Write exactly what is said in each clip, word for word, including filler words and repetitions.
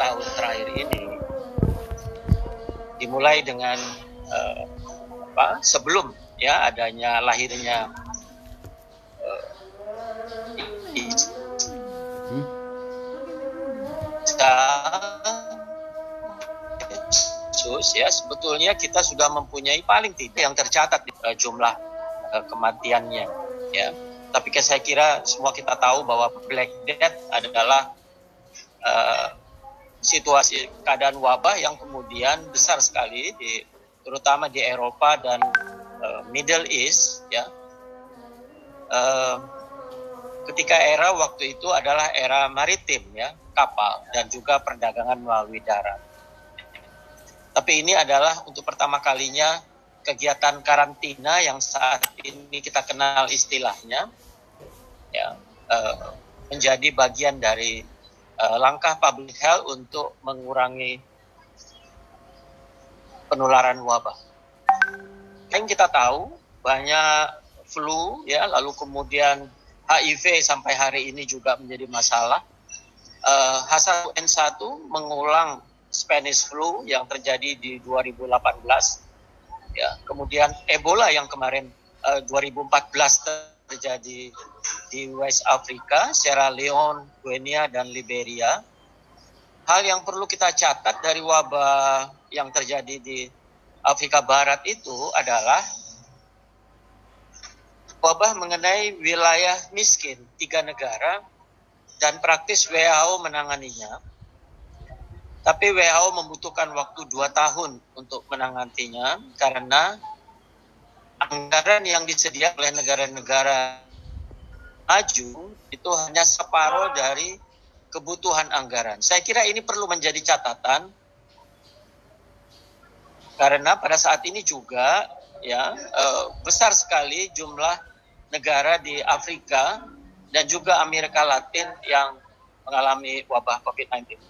tahun terakhir ini dimulai dengan uh, apa, sebelum ya adanya lahirnya uh, Hmm? Yesus ya, sebetulnya kita sudah mempunyai paling tidak yang tercatat di uh, jumlah uh, kematiannya ya. Tapi saya kira semua kita tahu bahwa Black Death adalah uh, situasi keadaan wabah yang kemudian besar sekali di terutama di Eropa dan uh, Middle East ya. Uh, ketika era waktu itu adalah era maritim ya, kapal dan juga perdagangan melalui darat. Tapi ini adalah untuk pertama kalinya kegiatan karantina yang saat ini kita kenal istilahnya ya, uh, menjadi bagian dari uh, langkah public health untuk mengurangi penularan wabah. Yang kita tahu banyak flu ya, lalu kemudian H I V sampai hari ini juga menjadi masalah. Uh, H satu N satu mengulang Spanish flu yang terjadi di dua ribu delapan belas. Ya, kemudian Ebola yang kemarin uh, dua ribu empat belas terjadi di West Africa, Sierra Leone, Guinea dan Liberia. Hal yang perlu kita catat dari wabah yang terjadi di Afrika Barat itu adalah wabah mengenai wilayah miskin tiga negara dan praktis W H O menanganinya. Tapi W H O membutuhkan waktu dua tahun untuk menanganinya karena anggaran yang disediakan oleh negara-negara maju itu hanya separuh dari kebutuhan anggaran. Saya kira ini perlu menjadi catatan karena pada saat ini juga ya eh, besar sekali jumlah negara di Afrika dan juga Amerika Latin yang mengalami wabah covid sembilan belas.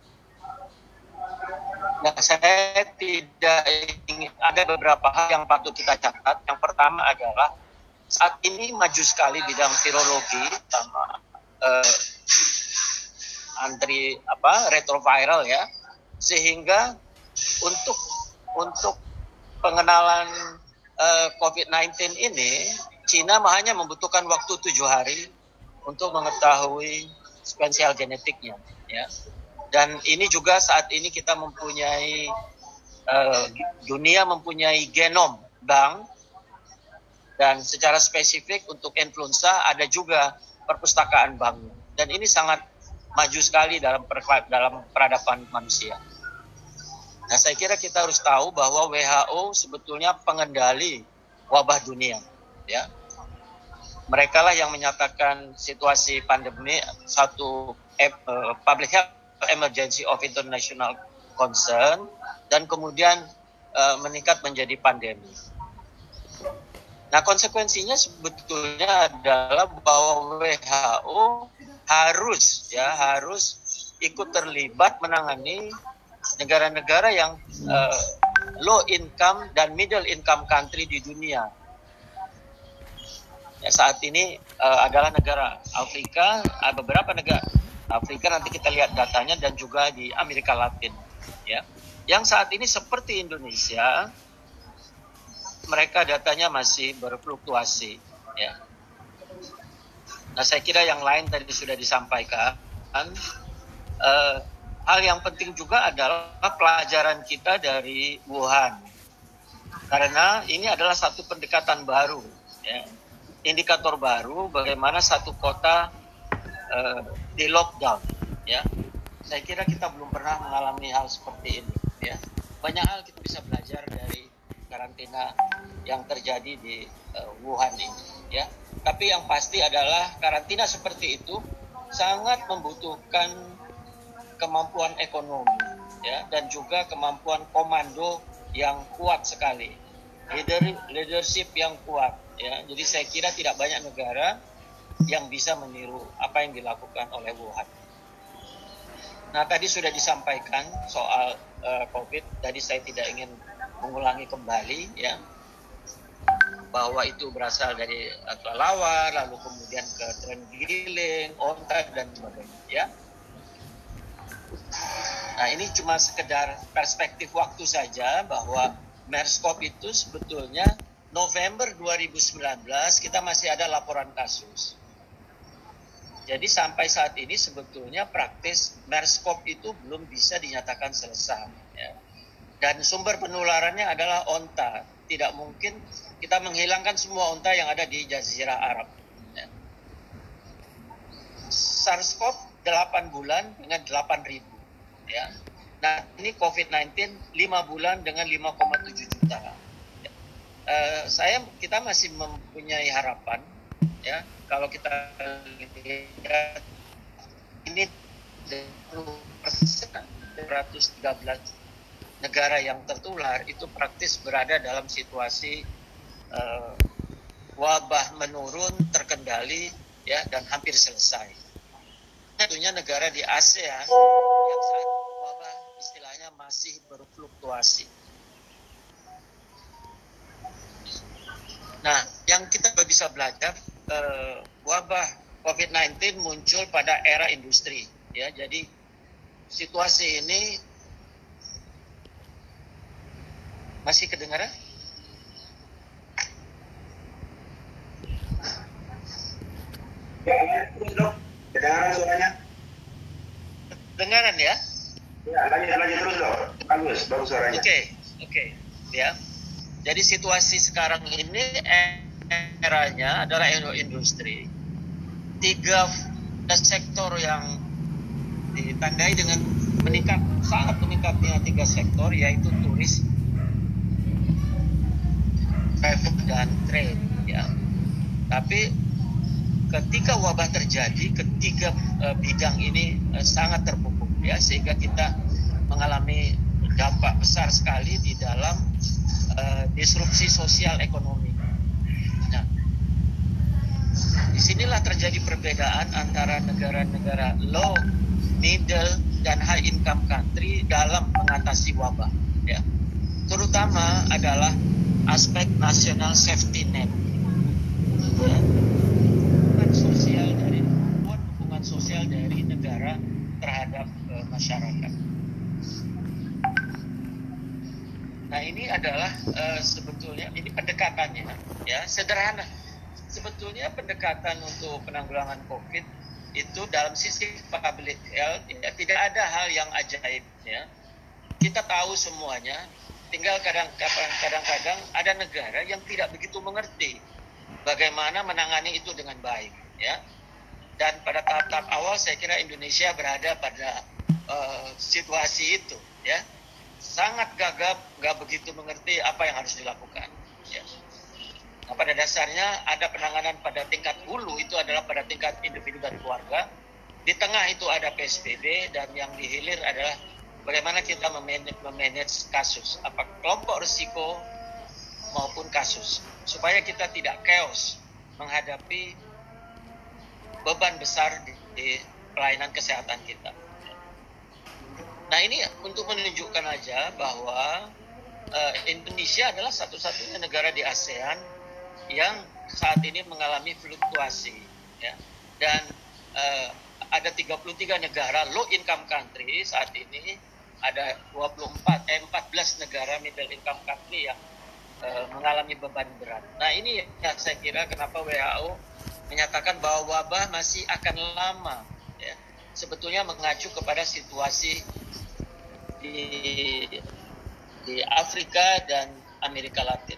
Nah, saya tidak ingin, ada beberapa hal yang patut kita catat. Yang pertama adalah saat ini maju sekali bidang virologi sama eh, antri apa retroviral ya, sehingga untuk untuk pengenalan eh, covid sembilan belas ini Cina hanya membutuhkan waktu tujuh hari untuk mengetahui spesial genetiknya ya. Dan ini juga saat ini kita mempunyai uh, dunia mempunyai genom bank, dan secara spesifik untuk influenza ada juga perpustakaan bank. Dan ini sangat maju sekali dalam per, dalam peradaban manusia. Nah, saya kira kita harus tahu bahwa W H O sebetulnya pengendali wabah dunia ya. Mereka lah yang menyatakan situasi pandemi satu eh, public health emergency of international concern dan kemudian uh, meningkat menjadi pandemi. Nah, konsekuensinya sebetulnya adalah bahwa W H O harus ya harus ikut terlibat menangani negara-negara yang uh, low income dan middle income country di dunia. Ya, saat ini uh, adalah negara Afrika, ada beberapa negara Afrika, nanti kita lihat datanya, dan juga di Amerika Latin ya. Yang saat ini seperti Indonesia, mereka datanya masih berfluktuasi ya. Nah, saya kira yang lain tadi sudah disampaikan. Uh, hal yang penting juga adalah pelajaran kita dari Wuhan. Karena ini adalah satu pendekatan baru ya. Indikator baru bagaimana satu kota Uh, di lockdown ya. Saya kira kita belum pernah mengalami hal seperti ini ya. Banyak hal kita bisa belajar dari karantina yang terjadi di uh, Wuhan ini ya. Tapi yang pasti adalah karantina seperti itu sangat membutuhkan kemampuan ekonomi ya, dan juga kemampuan komando yang kuat sekali, Leader, leadership yang kuat ya. Jadi saya kira tidak banyak negara yang bisa meniru apa yang dilakukan oleh Wuhan. Nah, tadi sudah disampaikan soal uh, COVID. Tadi saya tidak ingin mengulangi kembali ya, bahwa itu berasal dari kelelawar, lalu kemudian ke tren giling, onta dan sebagainya ya. Nah, ini cuma sekedar perspektif waktu saja bahwa MERS-CoV itu sebetulnya November dua ribu sembilan belas kita masih ada laporan kasus. Jadi sampai saat ini sebetulnya praktis MERS-CoV itu belum bisa dinyatakan selesai. Ya. Dan sumber penularannya adalah onta. Tidak mungkin kita menghilangkan semua onta yang ada di Jazirah Arab. Ya. SARS-CoV delapan bulan dengan delapan ribu. Ya. Nah, ini COVID sembilan belas lima bulan dengan lima koma tujuh juta. Ya. Uh, saya kita masih mempunyai harapan, ya, kalau kita lihat ini dua ratus tiga belas negara yang tertular itu praktis berada dalam situasi uh, wabah menurun, terkendali, ya, dan hampir selesai. Tentunya negara di ASEAN yang saat wabah istilahnya masih berfluktuasi. Nah, yang kita bisa belajar, eh, wabah COVID sembilan belas muncul pada era industri, ya. Jadi situasi ini masih kedengaran? Ya, terus dok, kedengaran suaranya? Dengaran ya? Ya, lanjut lanjut terus dok, bagus, bagus suaranya. Oke, okay, oke, okay, ya. Jadi situasi sekarang ini eranya adalah industri. Tiga sektor yang ditandai dengan meningkat, sangat meningkatnya tiga sektor, yaitu turis, travel, dan trade. Ya. Tapi ketika wabah terjadi, ketiga uh, bidang ini uh, sangat terpukul, ya, sehingga kita mengalami dampak besar sekali di dalam uh, disrupsi sosial ekonomi. Nah, disinilah terjadi perbedaan antara negara-negara low, middle, dan high income country dalam mengatasi wabah. Ya. Terutama adalah aspek national safety net. Ya. Dukungan sosial dari dukungan sosial dari negara terhadap uh, masyarakat. Nah, ini adalah uh, sebetulnya ini pendekatannya, ya, sederhana. Sebetulnya pendekatan untuk penanggulangan COVID itu dalam sisi public health, ya, tidak ada hal yang ajaib, ya. Kita tahu semuanya, tinggal kadang-kadang ada negara yang tidak begitu mengerti bagaimana menangani itu dengan baik, ya. Dan pada tahap-tahap awal saya kira Indonesia berada pada uh, situasi itu, ya. Sangat gagap, nggak begitu mengerti apa yang harus dilakukan. Ya. Nah, pada dasarnya ada penanganan pada tingkat hulu, itu adalah pada tingkat individu dan keluarga. Di tengah itu ada P S B B, dan yang di hilir adalah bagaimana kita memanage kasus, apa kelompok risiko maupun kasus, supaya kita tidak chaos menghadapi beban besar di, di pelayanan kesehatan kita. Nah, ini untuk menunjukkan aja bahwa uh, Indonesia adalah satu-satunya negara di ASEAN yang saat ini mengalami fluktuasi, ya. Dan uh, ada tiga puluh tiga negara low income country saat ini, ada dua puluh empat, eh, empat belas negara middle income country yang uh, mengalami beban berat. Nah, ini yang saya kira kenapa W H O menyatakan bahwa wabah masih akan lama, ya. Sebetulnya mengacu kepada situasi di di Afrika dan Amerika Latin.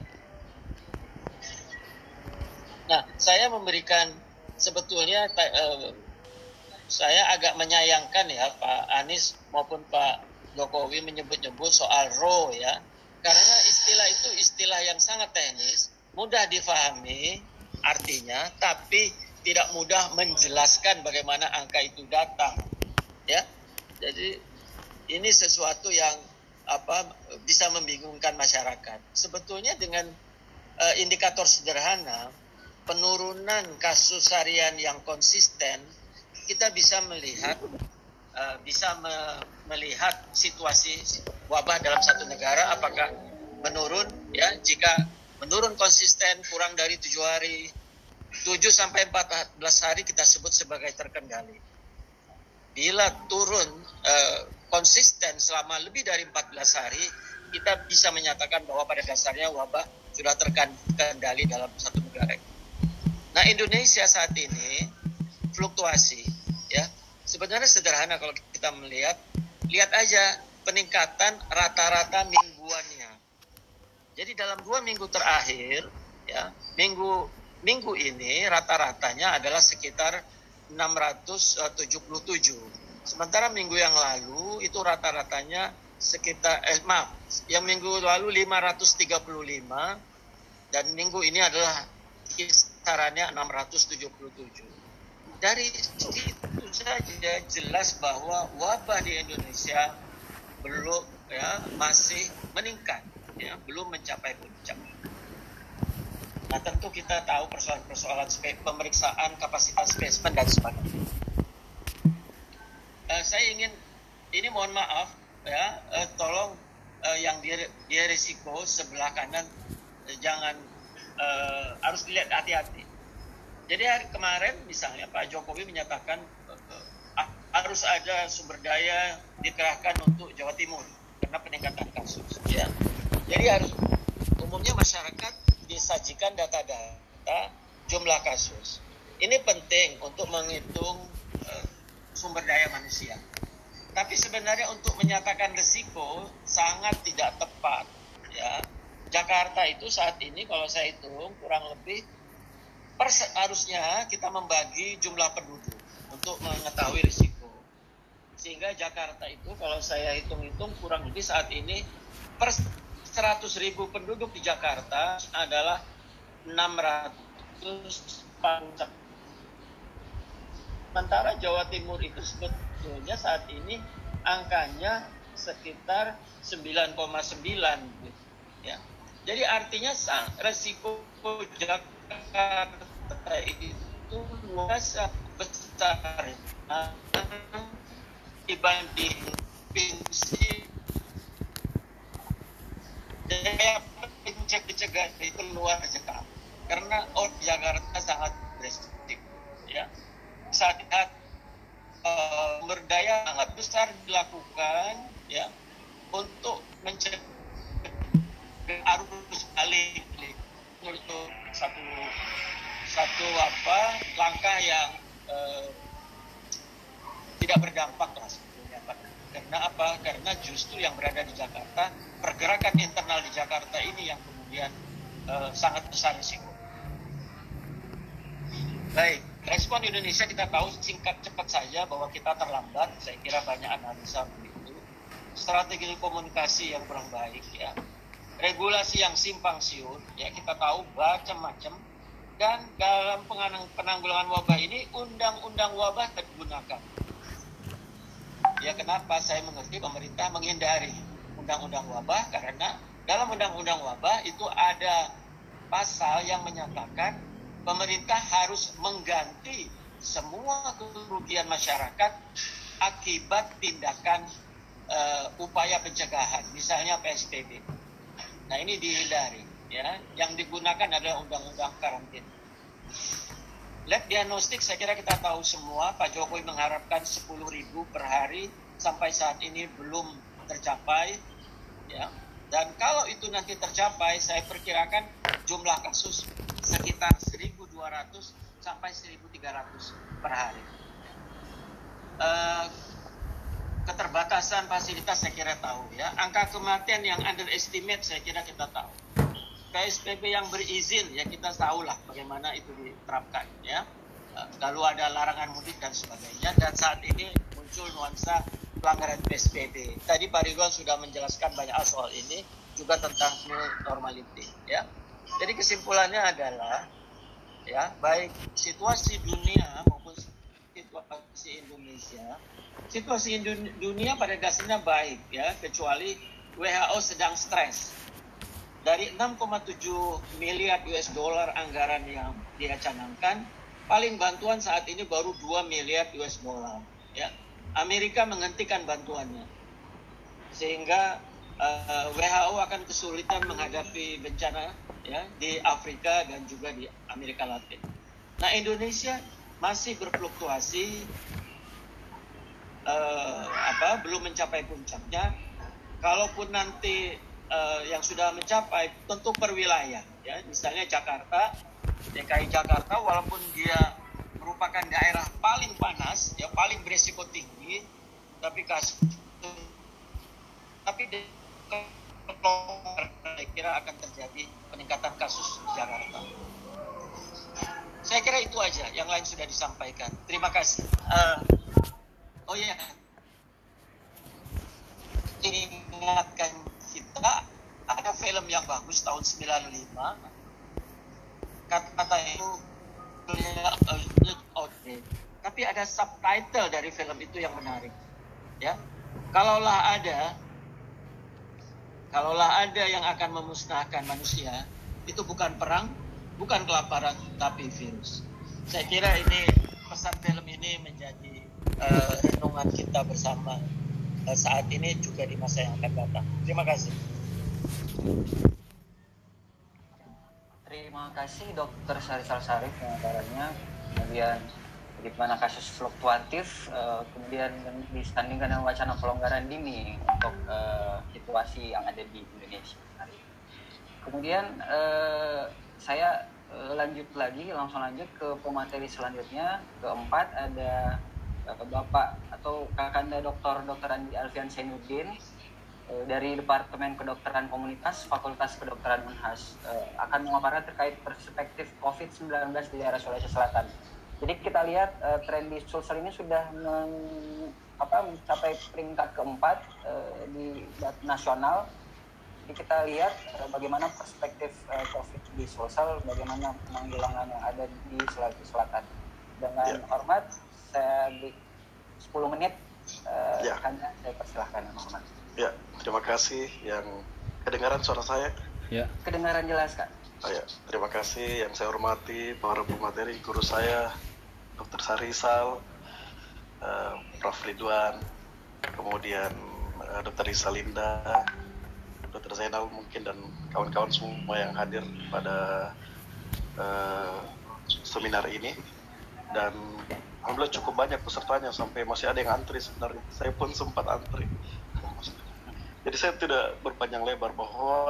Nah, saya memberikan sebetulnya eh, saya agak menyayangkan, ya, Pak Anies maupun Pak Jokowi menyebut-nyebut soal R O, ya, karena istilah itu istilah yang sangat teknis, mudah difahami artinya, tapi tidak mudah menjelaskan bagaimana angka itu datang, ya. Jadi ini sesuatu yang apa bisa membingungkan masyarakat. Sebetulnya dengan uh, indikator sederhana, penurunan kasus harian yang konsisten, kita bisa melihat uh, bisa me- melihat situasi wabah dalam satu negara apakah menurun, ya. Jika menurun konsisten kurang dari tujuh hari, tujuh sampai empat belas hari kita sebut sebagai terkendali. Bila turun uh, konsisten selama lebih dari empat belas hari, kita bisa menyatakan bahwa pada dasarnya wabah sudah terkendali dalam satu negara. Nah, Indonesia saat ini fluktuasi, ya sebenarnya sederhana kalau kita melihat, lihat aja peningkatan rata-rata mingguannya. Jadi dalam dua minggu terakhir, ya minggu minggu ini rata-ratanya adalah sekitar enam ratus tujuh puluh tujuh. Sementara minggu yang lalu itu rata-ratanya sekitar eh maaf, yang minggu lalu lima ratus tiga puluh lima dan minggu ini adalah kisarannya enam ratus tujuh puluh tujuh. Dari situ saja jelas bahwa wabah di Indonesia belum ya masih meningkat, ya belum mencapai puncak. Nah, tentu kita tahu persoalan-persoalan pemeriksaan kapasitas spesimen dan sebagainya. Uh, saya ingin ini mohon maaf ya, uh, tolong uh, yang di, di risiko sebelah kanan uh, jangan uh, harus dilihat hati-hati. Jadi hari kemarin misalnya Pak Jokowi menyatakan uh, uh, harus ada sumber daya dikerahkan untuk Jawa Timur karena peningkatan kasus. Ya, jadi harus umumnya masyarakat disajikan data-data jumlah kasus. Ini penting untuk menghitung uh, sumber daya manusia. Tapi sebenarnya untuk menyatakan risiko sangat tidak tepat. Ya, Jakarta itu saat ini kalau saya hitung kurang lebih per harusnya kita membagi jumlah penduduk untuk mengetahui risiko. Sehingga Jakarta itu kalau saya hitung-hitung kurang lebih saat ini per seratus ribu penduduk di Jakarta adalah enam ratus empat puluh. Sementara Jawa Timur itu sebetulnya saat ini angkanya sekitar sembilan koma sembilan. Ya. Jadi artinya resiko Jakarta itu luas besar dibanding provinsi daya pencegah itu luar Jakarta. Karena oh Jakarta sangat berisiko. Ya. Saat uh, berdaya sangat besar dilakukan ya untuk mencegah arus balik untuk satu satu apa langkah yang uh, tidak berdampak lah sebetulnya. Karena apa? Karena justru yang berada di Jakarta, pergerakan internal di Jakarta ini yang kemudian uh, sangat besar risiko. Baik, respon Indonesia kita tahu singkat cepat saja bahwa kita terlambat. Saya kira banyak analisa begitu. Strategi komunikasi yang kurang baik, ya. Regulasi yang simpang siur, ya kita tahu macam-macam. Dan dalam penanggulangan wabah ini undang-undang wabah tidak digunakan. Ya kenapa saya mengerti pemerintah menghindari undang-undang wabah karena dalam undang-undang wabah itu ada pasal yang menyatakan pemerintah harus mengganti semua kerugian masyarakat akibat tindakan uh, upaya pencegahan, misalnya P S B B. Nah ini dihindari, ya. Yang digunakan adalah undang-undang karantina. Lab diagnostik saya kira kita tahu semua, Pak Jokowi mengharapkan sepuluh ribu per hari, sampai saat ini belum tercapai, ya. Dan kalau itu nanti tercapai, saya perkirakan jumlah kasus sekitar seribu dua ratus sampai seribu tiga ratus per hari. Uh, keterbatasan fasilitas saya kira tahu ya. Angka kematian yang underestimate saya kira kita tahu. P S B B yang berizin ya kita tahulah bagaimana itu diterapkan ya. Uh, lalu ada larangan mudik dan sebagainya. Dan saat ini muncul nuansa pelanggaran P S B B. Tadi Pak Ridwan sudah menjelaskan banyak hal soal ini, juga tentang new normality ya. Jadi kesimpulannya adalah ya baik situasi dunia maupun situasi Indonesia, situasi dunia pada dasarnya baik ya, kecuali W H O sedang stres. Dari enam koma tujuh miliar U S dollar anggaran yang dia canangkan, paling bantuan saat ini baru dua miliar U S dollar ya. Amerika menghentikan bantuannya sehingga uh, W H O akan kesulitan menghadapi bencana ya di Afrika dan juga di Amerika Latin. Nah, Indonesia masih berfluktuasi uh, apa belum mencapai puncaknya. Kalaupun nanti uh, yang sudah mencapai, tentu per wilayah, ya, misalnya Jakarta, D K I Jakarta, walaupun dia merupakan daerah paling panas, ya paling berisiko tinggi, tapi kasus, tapi saya kira akan terjadi peningkatan kasus di Jakarta. Saya kira itu aja, yang lain sudah disampaikan. Terima kasih. Uh, oh iya, ingatkan kita ada film yang bagus tahun sembilan puluh lima, kata-kata itu okay. Tapi ada subtitle dari film itu yang menarik, ya. Kalaulah ada, kalaulah ada yang akan memusnahkan manusia, itu bukan perang, bukan kelaparan, tapi virus. Saya kira ini pesan film ini menjadi uh, renungan kita bersama uh, saat ini juga di masa yang akan datang. Terima kasih. Terima kasih Dokter Sarisal Sarif pengabarannya. Kemudian bagaimana kasus fluktuatif, uh, kemudian disandingkan dengan wacana pelonggaran dini untuk uh, situasi yang ada di Indonesia hari ini. Kemudian uh, saya uh, lanjut lagi, langsung lanjut ke pemateri selanjutnya. Keempat ada uh, Bapak atau Kakanda Doktor Dokter Andi Alfian Zainuddin uh, dari Departemen Kedokteran Komunitas Fakultas Kedokteran Unhas, uh, akan memaparkan terkait perspektif covid sembilan belas di daerah Sulawesi Selatan. Jadi kita lihat uh, tren di Sulsel ini sudah men, apa, mencapai peringkat keempat uh, di nasional. Jadi kita lihat uh, bagaimana perspektif uh, COVID di Sulsel, bagaimana penanggulangan yang ada di Sulawesi Selatan. Dengan ya. hormat, saya di sepuluh menit, uh, ya. akan saya persilahkan. Hormat. Ya, terima kasih. Yang kedengaran suara saya? Ya. Kedengaran jelas, Kak. Oh, ya. Terima kasih yang saya hormati para pemateri, guru saya, Dokter Sarisal, uh, Prof Ridwan, kemudian uh, Dokter Isalinda, Dokter Zainal mungkin, dan kawan-kawan semua yang hadir pada uh, seminar ini. Dan alhamdulillah cukup banyak pesertanya, sampai masih ada yang antri sebenarnya. Saya pun sempat antri. Jadi saya tidak berpanjang lebar bahwa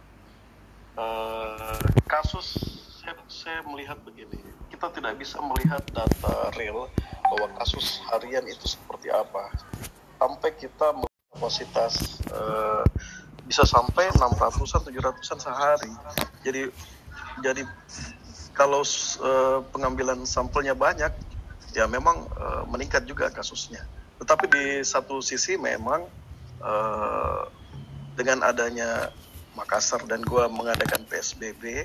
uh, kasus saya, saya melihat begini, kita tidak bisa melihat data real bahwa kasus harian itu seperti apa sampai kita melihat kapasitas uh, bisa sampai enam ratusan tujuh ratusan sehari. Jadi jadi kalau uh, pengambilan sampelnya banyak, ya memang uh, meningkat juga kasusnya. Tetapi di satu sisi memang uh, dengan adanya Makassar dan gua mengadakan P S B B,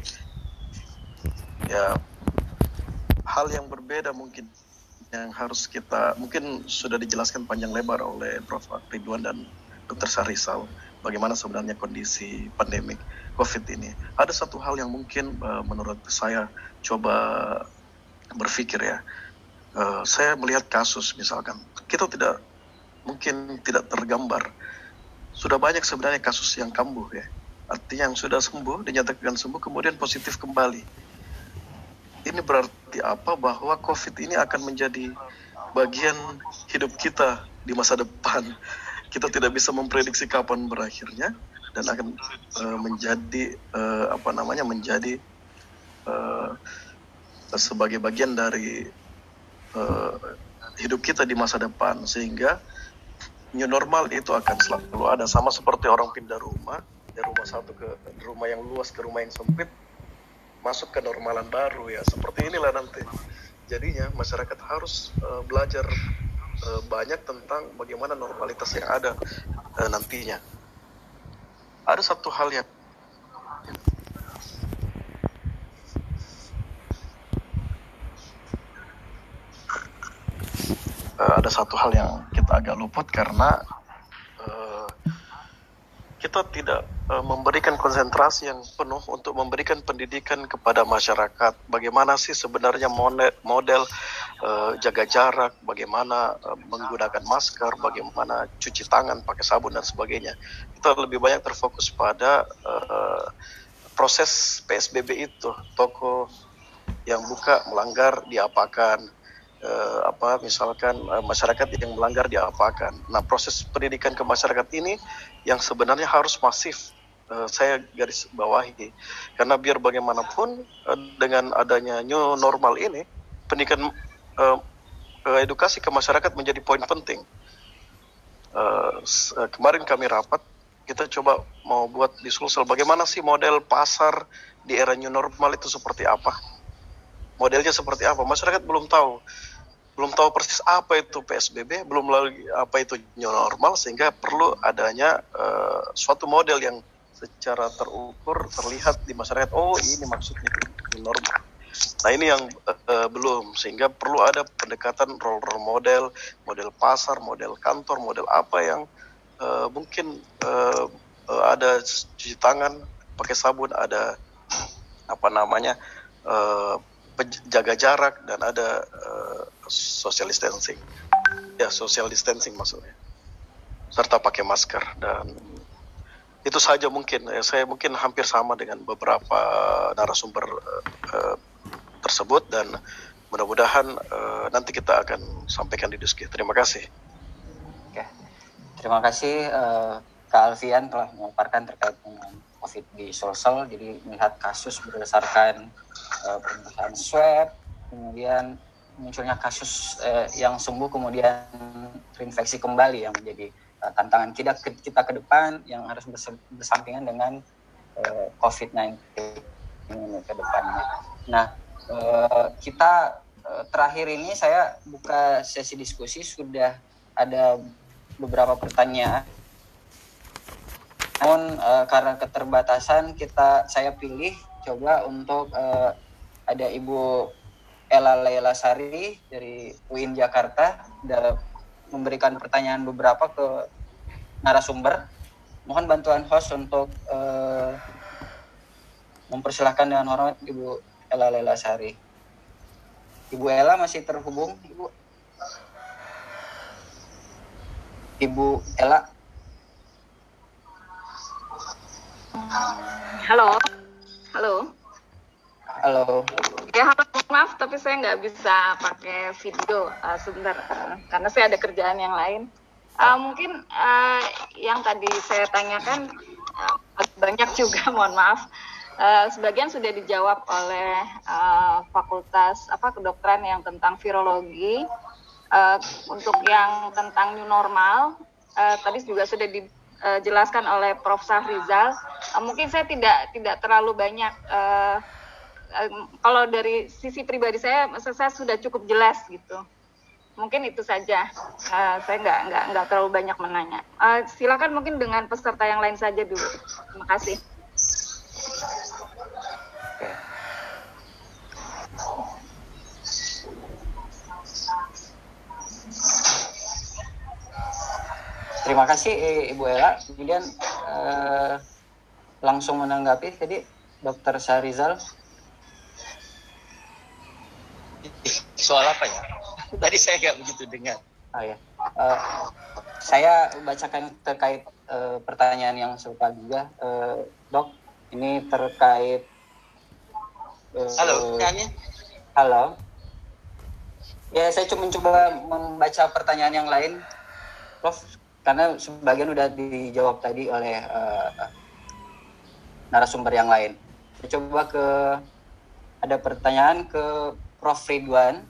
ya hal yang berbeda mungkin yang harus kita, mungkin sudah dijelaskan panjang lebar oleh Profesor Ridwan dan Dokter Sarisal bagaimana sebenarnya kondisi pandemik COVID ini. Ada satu hal yang mungkin uh, menurut saya coba berpikir ya, uh, saya melihat kasus misalkan kita tidak mungkin tidak tergambar, sudah banyak sebenarnya kasus yang kambuh ya. Artinya yang sudah sembuh, dinyatakan sembuh, kemudian positif kembali. Ini berarti apa? Bahwa COVID ini akan menjadi bagian hidup kita di masa depan. Kita tidak bisa memprediksi kapan berakhirnya, dan akan uh, menjadi uh, apa namanya menjadi uh, sebagai bagian dari uh, hidup kita di masa depan, sehingga new normal itu akan selalu ada, sama seperti orang pindah rumah dari rumah satu ke rumah yang luas ke rumah yang sempit, masuk ke normalan baru ya. Seperti inilah nanti. Jadinya masyarakat harus uh, belajar uh, banyak tentang bagaimana normalitas yang ada uh, nantinya. Ada satu hal yang uh, ada satu hal yang kita agak luput karena uh, kita tidak uh, memberikan konsentrasi yang penuh untuk memberikan pendidikan kepada masyarakat. Bagaimana sih sebenarnya model, model uh, jaga jarak, bagaimana uh, menggunakan masker, bagaimana cuci tangan pakai sabun dan sebagainya. Kita lebih banyak terfokus pada uh, proses P S B B itu. Toko yang buka melanggar diapakan, eh, apa misalkan eh, masyarakat yang melanggar diapakan. Nah, proses pendidikan ke masyarakat ini yang sebenarnya harus masif. Uh, saya garis bawahi karena biar bagaimanapun uh, dengan adanya new normal ini pendidikan uh, uh, edukasi ke masyarakat menjadi poin penting. Uh, uh, kemarin kami rapat, kita coba mau buat di Sulsel bagaimana sih model pasar di era new normal itu seperti apa, modelnya seperti apa. Masyarakat belum tahu belum tahu persis apa itu P S B B, belum lagi apa itu new normal, sehingga perlu adanya uh, suatu model yang secara terukur terlihat di masyarakat, oh ini maksudnya normal. Nah ini yang uh, belum, sehingga perlu ada pendekatan role role model, model pasar, model kantor, model apa yang uh, mungkin uh, uh, ada cuci tangan pakai sabun, ada apa namanya uh, jaga jarak, dan ada uh, social distancing, ya social distancing maksudnya, serta pakai masker. Dan itu saja mungkin, ya, saya mungkin hampir sama dengan beberapa narasumber uh, tersebut, dan mudah-mudahan uh, nanti kita akan sampaikan di diskusi. Terima kasih. Oke. Terima kasih uh, Kak Alfian telah memaparkan terkait dengan COVID di Sulsel. Jadi melihat kasus berdasarkan uh, pemeriksaan swab, kemudian munculnya kasus uh, yang sembuh kemudian terinfeksi kembali, yang menjadi tantangan kita ke, kita ke depan yang harus bersampingan dengan uh, COVID sembilan belas ini ke depannya. Nah, uh, kita uh, terakhir ini saya buka sesi diskusi, sudah ada beberapa pertanyaan. Namun uh, karena keterbatasan kita saya pilih coba untuk uh, ada Ibu Ella Leila Sari dari U I N Jakarta, da, memberikan pertanyaan beberapa ke narasumber. Mohon bantuan host untuk uh, mempersilahkan dengan hormat Ibu Ella Leila Sari. Ibu Ella masih terhubung, Ibu? Ibu Ella? Halo, halo. Halo. Ya, halo, maaf, tapi saya nggak bisa pakai video uh, sebentar, uh, karena saya ada kerjaan yang lain. Uh, mungkin uh, yang tadi saya tanyakan uh, banyak juga, mohon maaf. Uh, sebagian sudah dijawab oleh uh, fakultas apa kedokteran yang tentang virologi. Uh, untuk yang tentang new normal, uh, tadi juga sudah dijelaskan oleh Profesor Sahrizal. Uh, mungkin saya tidak tidak terlalu banyak. Uh, uh, kalau dari sisi pribadi saya, saya sudah cukup jelas gitu. Mungkin itu saja. Uh, saya nggak nggak nggak terlalu banyak menanya. Uh, silakan mungkin dengan peserta yang lain saja dulu. Terima kasih. Terima kasih Ibu Ella. Kemudian uh, langsung menanggapi tadi Dokter Sahrizal. Soal apa ya? Tadi saya nggak begitu dengar. Oh ya, uh, saya bacakan terkait uh, pertanyaan yang serupa juga, uh, Dok. Ini terkait. Uh, Halo, tanya. Halo. Ya, saya cuma mencoba membaca pertanyaan yang lain, Prof, karena sebagian udah dijawab tadi oleh uh, narasumber yang lain. Saya coba ke ada pertanyaan ke Prof Ridwan.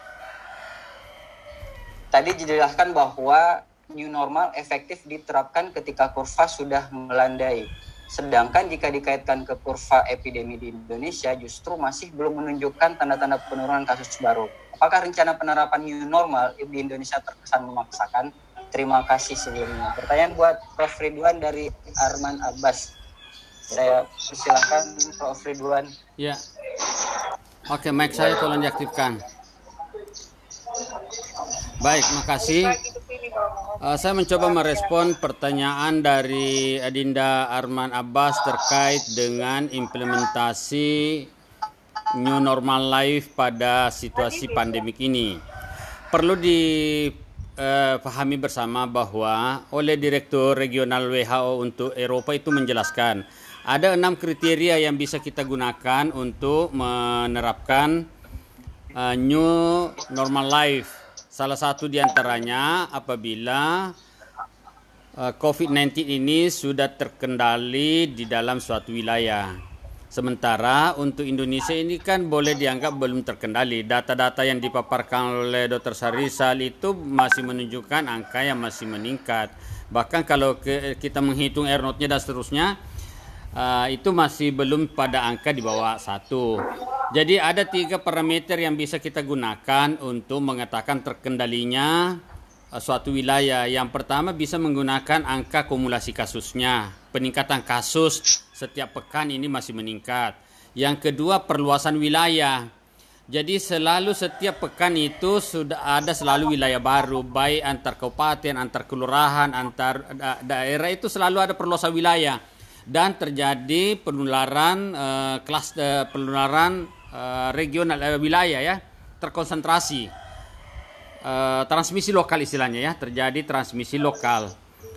Tadi dijelaskan bahwa new normal efektif diterapkan ketika kurva sudah melandai. Sedangkan jika dikaitkan ke kurva epidemi di Indonesia justru masih belum menunjukkan tanda-tanda penurunan kasus baru. Apakah rencana penerapan new normal di Indonesia terkesan memaksakan? Terima kasih sebelumnya. Pertanyaan buat Prof Ridwan dari Arman Abbas. Saya persilakan Prof Ridwan. Ya. Oke, mic saya tolong diaktifkan. Baik, makasih. Uh, saya mencoba merespon pertanyaan dari Adinda Arman Abbas terkait dengan implementasi new normal life pada situasi pandemik ini. Perlu dipahami uh, bersama bahwa oleh Direktur Regional W H O untuk Eropa itu menjelaskan ada enam kriteria yang bisa kita gunakan untuk menerapkan uh, new normal life. Salah satu diantaranya apabila uh, covid sembilan belas ini sudah terkendali di dalam suatu wilayah. Sementara untuk Indonesia ini kan boleh dianggap belum terkendali. Data-data yang dipaparkan oleh Dokter Sarisal itu masih menunjukkan angka yang masih meningkat. Bahkan kalau ke, kita menghitung R naught-nya dan seterusnya, uh, itu masih belum pada angka di bawah satu. Jadi ada tiga parameter yang bisa kita gunakan untuk mengatakan terkendalinya uh, suatu wilayah. Yang pertama bisa menggunakan angka kumulasi kasusnya. Peningkatan kasus setiap pekan ini masih meningkat. Yang kedua, perluasan wilayah. Jadi selalu setiap pekan itu sudah ada selalu wilayah baru, baik antar kabupaten, antar kelurahan, antar da- daerah itu selalu ada perluasan wilayah. Dan terjadi penularan uh, kelas uh, penularan uh, regional uh, wilayah ya, terkonsentrasi. Uh, transmisi lokal istilahnya ya, terjadi transmisi lokal.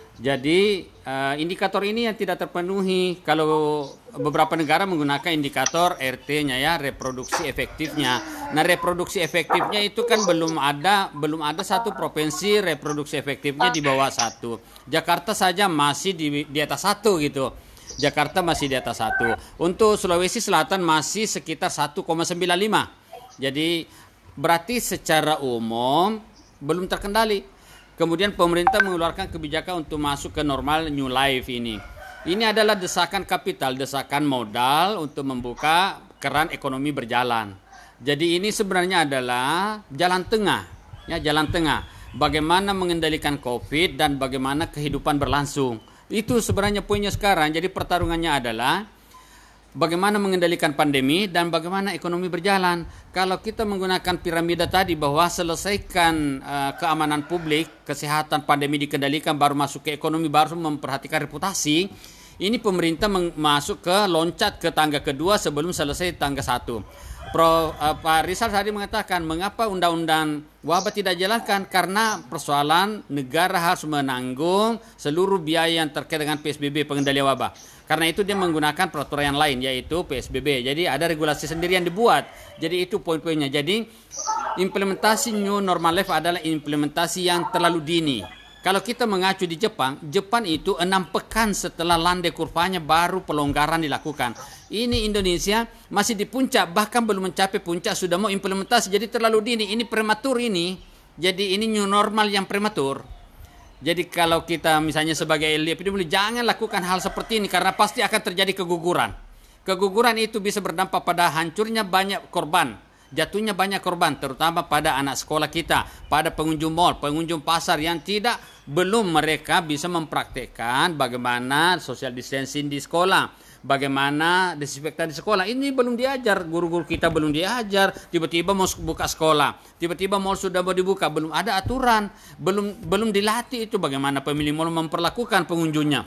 Jadi uh, indikator ini yang tidak terpenuhi. Kalau beberapa negara menggunakan indikator R T-nya ya, reproduksi efektifnya. Nah, reproduksi efektifnya itu kan belum ada, belum ada satu provinsi reproduksi efektifnya di bawah satu. Jakarta saja masih di, di atas satu gitu. Jakarta masih di atas satu. Untuk Sulawesi Selatan masih sekitar satu koma sembilan lima. Jadi berarti secara umum belum terkendali. Kemudian pemerintah mengeluarkan kebijakan untuk masuk ke normal new life ini. Ini adalah desakan kapital, desakan modal untuk membuka keran ekonomi berjalan. Jadi ini sebenarnya adalah jalan tengah, ya jalan tengah. Bagaimana mengendalikan COVID dan bagaimana kehidupan berlangsung. Itu sebenarnya poinnya sekarang. Jadi pertarungannya adalah bagaimana mengendalikan pandemi dan bagaimana ekonomi berjalan. Kalau kita menggunakan piramida tadi bahwa selesaikan uh, keamanan publik, kesehatan, pandemi dikendalikan, baru masuk ke ekonomi, baru memperhatikan reputasi. Ini pemerintah masuk ke loncat ke tangga kedua sebelum selesai tangga satu. Pro, uh, Pak Rizal tadi mengatakan mengapa undang-undang wabah tidak dijalankan, karena persoalan negara harus menanggung seluruh biaya yang terkait dengan P S B B, pengendalian wabah. Karena itu dia menggunakan peraturan yang lain, yaitu P S B B. Jadi ada regulasi sendiri yang dibuat. Jadi itu poin-poinnya. Jadi implementasi new normal life adalah implementasi yang terlalu dini. Kalau kita mengacu di Jepang, Jepang itu enam pekan setelah landai kurvanya baru pelonggaran dilakukan. Ini Indonesia masih di puncak, bahkan belum mencapai puncak sudah mau implementasi. Jadi terlalu dini. Ini prematur ini. Jadi ini new normal yang prematur. Jadi kalau kita misalnya sebagai epidemiolog jangan lakukan hal seperti ini karena pasti akan terjadi keguguran. Keguguran itu bisa berdampak pada hancurnya banyak korban, jatuhnya banyak korban, terutama pada anak sekolah kita, pada pengunjung mal, pengunjung pasar yang tidak belum mereka bisa mempraktekkan bagaimana social distancing di sekolah, bagaimana desinfektan di sekolah. Ini belum diajar, guru-guru kita belum diajar. Tiba-tiba mau buka sekolah, tiba-tiba mal sudah mau dibuka, belum ada aturan, belum belum dilatih itu bagaimana pemilik mal memperlakukan pengunjungnya.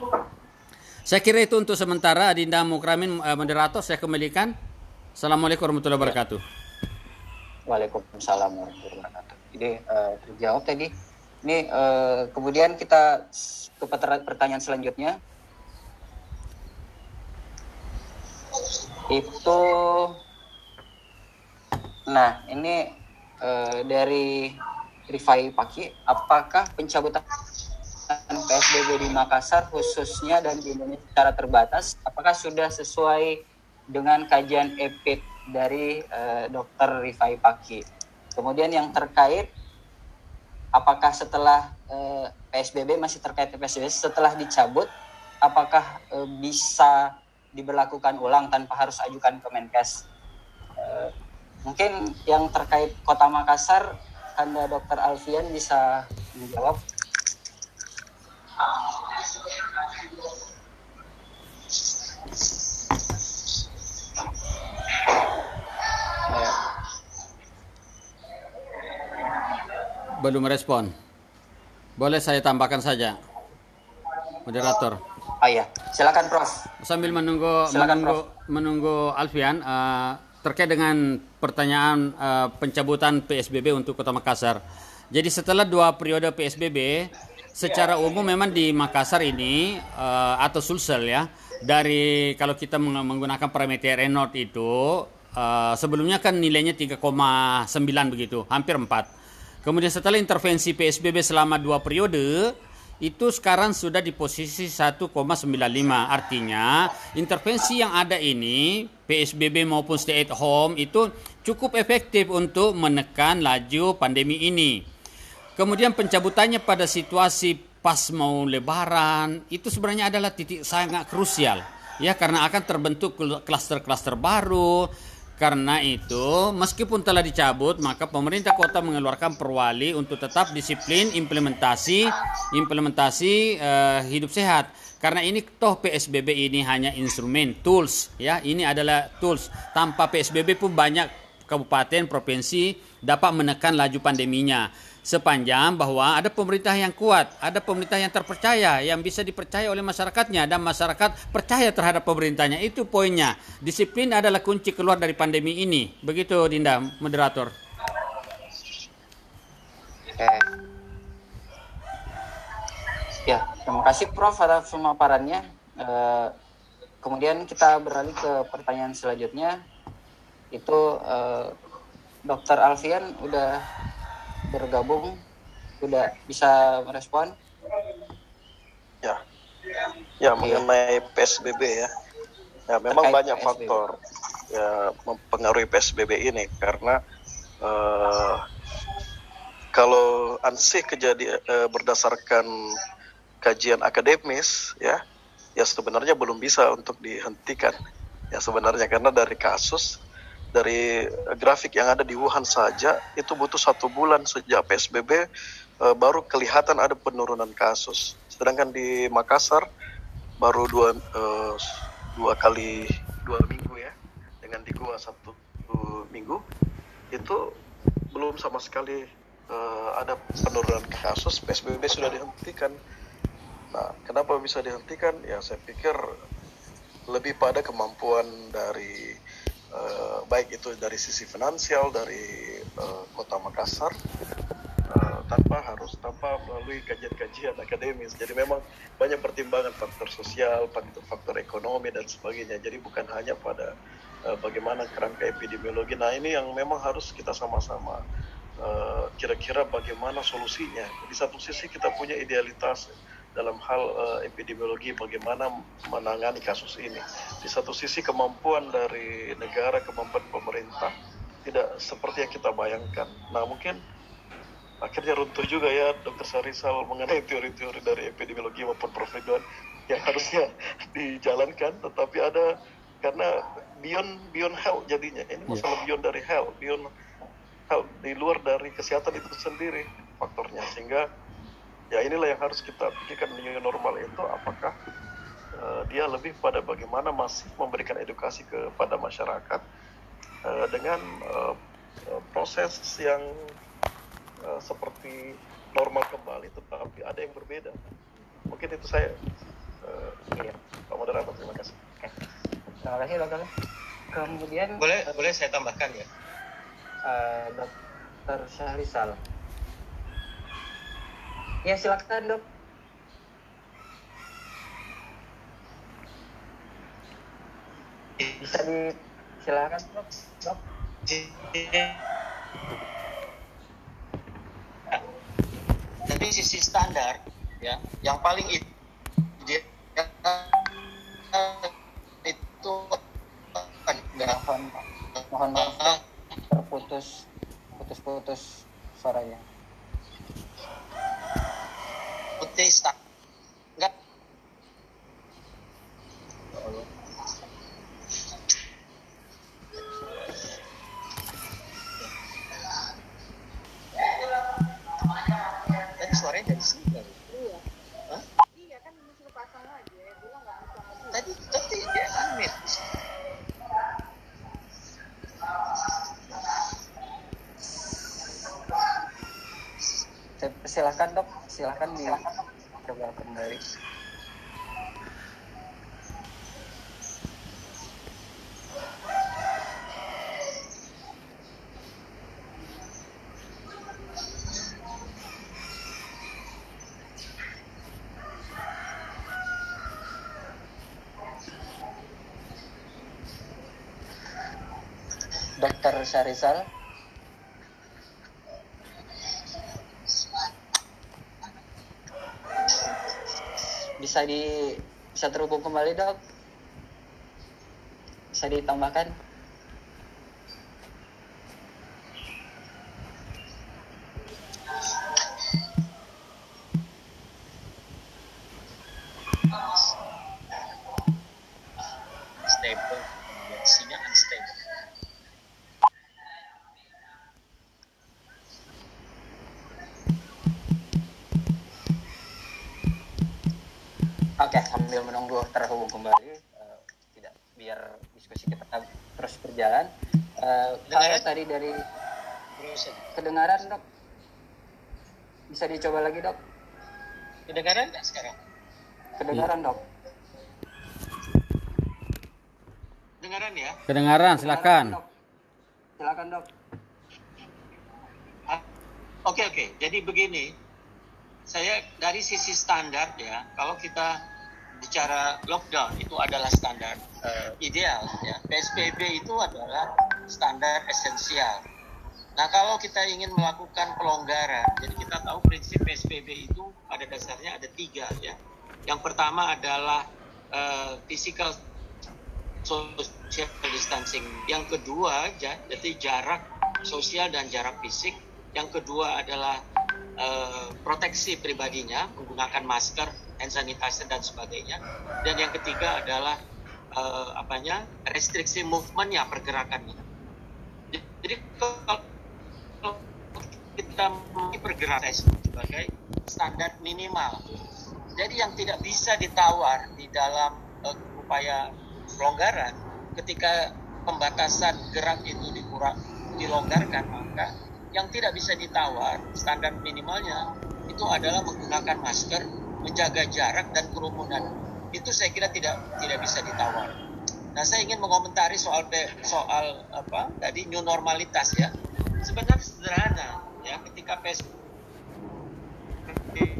Saya kira itu untuk sementara. Adinda Mukramin, moderator, saya kembalikan. Assalamualaikum warahmatullahi wabarakatuh. Waalaikumsalam warahmatullahi wabarakatuh. Jadi uh, terjawab tadi. Ini uh, kemudian kita ke pertanyaan selanjutnya. Itu, nah ini uh, dari Rifai Paki, apakah pencabutan P S B B di Makassar khususnya dan di Indonesia secara terbatas, apakah sudah sesuai dengan kajian E P I D dari uh, Dokter Rifai Paki? Kemudian yang terkait, apakah setelah uh, P S B B masih terkait P S B B setelah dicabut, apakah uh, bisa diberlakukan ulang tanpa harus ajukan ke Menkes? Uh, mungkin yang terkait Kota Makassar, Anda Dokter Alfian bisa menjawab. Belum merespon. Boleh saya tambahkan saja, moderator. Oh iya, silakan Prof. Sambil menunggu Silakan, menunggu Prof. menunggu Alfian uh, terkait dengan pertanyaan uh, pencabutan P S B B untuk Kota Makassar. Jadi setelah dua periode P S B B, secara umum memang di Makassar ini uh, atau Sulsel ya, dari kalau kita menggunakan parameter R naught itu uh, sebelumnya kan nilainya tiga koma sembilan begitu, hampir empat. Kemudian setelah intervensi P S B B selama dua periode, itu sekarang sudah di posisi satu koma sembilan lima. Artinya intervensi yang ada ini, P S B B maupun stay at home, itu cukup efektif untuk menekan laju pandemi ini. Kemudian pencabutannya pada situasi pas mau lebaran itu sebenarnya adalah titik sangat krusial, ya, karena akan terbentuk klaster-klaster baru. Karena itu meskipun telah dicabut, maka pemerintah kota mengeluarkan perwali untuk tetap disiplin implementasi implementasi uh, hidup sehat. Karena ini toh P S B B ini hanya instrumen, tools, ya, ini adalah tools. Tanpa P S B B pun banyak kabupaten provinsi dapat menekan laju pandeminya. Sepanjang bahwa ada pemerintah yang kuat, ada pemerintah yang terpercaya, yang bisa dipercaya oleh masyarakatnya, dan masyarakat percaya terhadap pemerintahnya. Itu poinnya. Disiplin adalah kunci keluar dari pandemi ini. Begitu, Dinda, moderator. Oke. Ya, terima kasih Prof atas pemaparannya. Eh, kemudian kita beralih ke pertanyaan selanjutnya. Itu eh, Dokter Alfian udah bergabung, udah bisa merespon? Ya, ya mengenai P S B B ya, ya memang Terkait banyak P S B B. faktor ya mempengaruhi P S B B ini karena uh, kalau ansih kejadian uh, berdasarkan kajian akademis ya, ya sebenarnya belum bisa untuk dihentikan ya sebenarnya karena dari kasus. Dari grafik yang ada di Wuhan saja itu butuh satu bulan sejak P S B B e, baru kelihatan ada penurunan kasus. Sedangkan di Makassar baru dua e, dua kali dua minggu ya, dengan di Goa satu minggu itu belum sama sekali e, ada penurunan kasus. P S B B sudah dihentikan. Nah, kenapa bisa dihentikan? Ya saya pikir lebih pada kemampuan dari Uh, baik itu dari sisi finansial dari uh, kota Makassar uh, tanpa harus tanpa melalui kajian-kajian akademis. Jadi memang banyak pertimbangan faktor sosial, faktor, faktor ekonomi dan sebagainya. Jadi bukan hanya pada uh, bagaimana kerangka epidemiologi. Nah ini yang memang harus kita sama-sama uh, kira-kira bagaimana solusinya. Di satu sisi kita punya idealitas dalam hal uh, epidemiologi bagaimana menangani kasus ini. Di satu sisi kemampuan dari negara, kemampuan pemerintah tidak seperti yang kita bayangkan. Nah mungkin akhirnya runtuh juga ya Dokter Sarisal mengenai teori-teori dari epidemiologi maupun Prof Ridwan yang harusnya dijalankan, tetapi ada karena beyond beyond health jadinya. Ini masalah beyond dari health, beyond health, di luar dari kesehatan itu sendiri faktornya, sehingga ya inilah yang harus kita pikirkan new normal itu apakah uh, dia lebih pada bagaimana masih memberikan edukasi kepada masyarakat uh, dengan uh, uh, proses yang uh, seperti normal kembali tetapi ada yang berbeda. Mungkin itu saya uh, iya. Pak Moderator, terima kasih. Oke. Terima kasih Dokter. Kemudian boleh boleh saya tambahkan ya. Uh, Dokter Syahrizal. Ya silakan Dok. Bisa disilakan Dok. Dok. Jadi sisi standar ya, yang paling ideal itu mohon mohon maaf terputus putus-putus suaranya. Putih stuck. Enggak. Tadi suaranya dari sini kan? Iya. Hah? Iya kan disuruh pasang aja. Bilang nggak bisa ngomong. Tadi tadi dia unmute. Silakan Dok, silakan dicoba kembali. Dokter Syarizal. Bisa di bisa terhubung kembali, Dok? Bisa ditambahkan? Stable, koneksinya unstable. Oke, sambil menunggu terhubung kembali, uh, tidak biar diskusi kita terus berjalan. Uh, kalau tadi dari kedengaran, Dok, bisa dicoba lagi, Dok? Kedengaran nggak sekarang? Kedengaran, Dok. Kedengaran ya? Kedengaran, silakan. Dok. Silakan, Dok. Ah, Oke oke. Jadi begini, saya dari sisi standar ya, kalau kita bicara lockdown itu adalah standar uh, ideal ya. P S B B itu adalah standar esensial. Nah kalau kita ingin melakukan pelonggaran, jadi kita tahu prinsip P S B B itu pada dasarnya ada tiga ya. Yang pertama adalah uh, physical social distancing. Yang kedua jadi jarak sosial dan jarak fisik. Yang kedua adalah uh, proteksi pribadinya, menggunakan masker, hand sanitizer dan sebagainya. Dan yang ketiga adalah uh, apanya restriksi movementnya, pergerakannya. Jadi kalau kita pergerakan sebagai standar minimal. Jadi yang tidak bisa ditawar di dalam uh, upaya pelonggaran, ketika pembatasan gerak itu dikurang, dilonggarkan, maka yang tidak bisa ditawar standar minimalnya itu adalah menggunakan masker, menjaga jarak dan kerumunan. Itu saya kira tidak tidak bisa ditawar. Nah, saya ingin mengomentari soal soal apa tadi new normalitas ya. Sebenarnya sederhana ya, ketika P S B B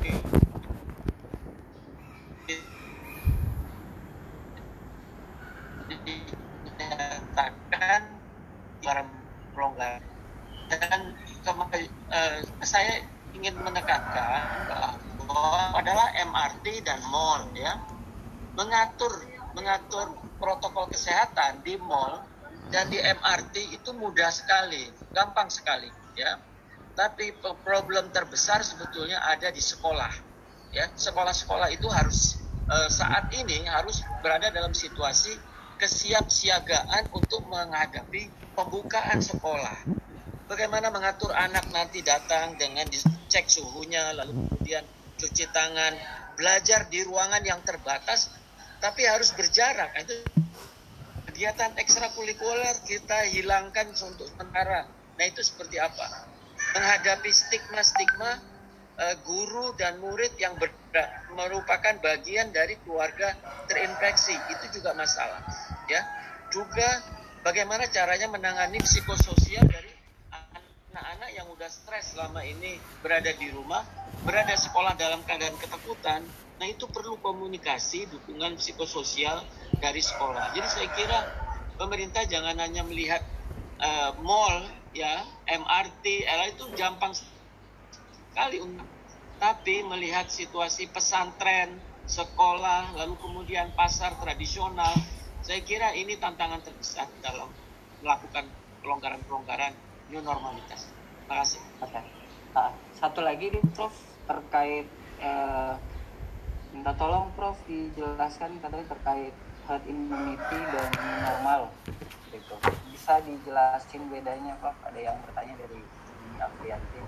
dinyatakan barang pelonggaran, dan kemarin uh, saya ingin menekankan bahwa adalah M R T dan mall ya, mengatur mengatur protokol kesehatan di mall dan di M R T itu mudah sekali, gampang sekali ya. Tapi problem terbesar sebetulnya ada di sekolah ya. Sekolah-sekolah itu harus uh, saat ini harus berada dalam situasi kesiapsiagaan untuk menghadapi pembukaan sekolah. Bagaimana mengatur anak nanti datang dengan dicek suhunya, lalu kemudian cuci tangan, belajar di ruangan yang terbatas, tapi harus berjarak. Itu kegiatan ekstrakurikuler kita hilangkan untuk sementara. Nah itu seperti apa? Menghadapi stigma-stigma uh, guru dan murid yang ber, merupakan bagian dari keluarga terinfeksi, itu juga masalah. Ya, juga bagaimana caranya menangani psikososial dari anak-anak yang udah stres selama ini berada di rumah, berada sekolah dalam keadaan ketakutan. Nah itu perlu komunikasi, dukungan psikososial dari sekolah. Jadi saya kira pemerintah jangan hanya melihat uh, mall, ya, M R T, L R T itu gampang sekali, tapi melihat situasi pesantren, sekolah, lalu kemudian pasar tradisional, saya kira ini tantangan terbesar dalam melakukan pelonggaran-pelonggaran new normalitas. Terima kasih. Oke. Nah, satu lagi nih Prof, terkait eh, minta tolong Prof dijelaskan katanya terkait herd immunity dan normal gitu. Bisa dijelasin bedanya Prof? Ada yang bertanya dari Afrianti.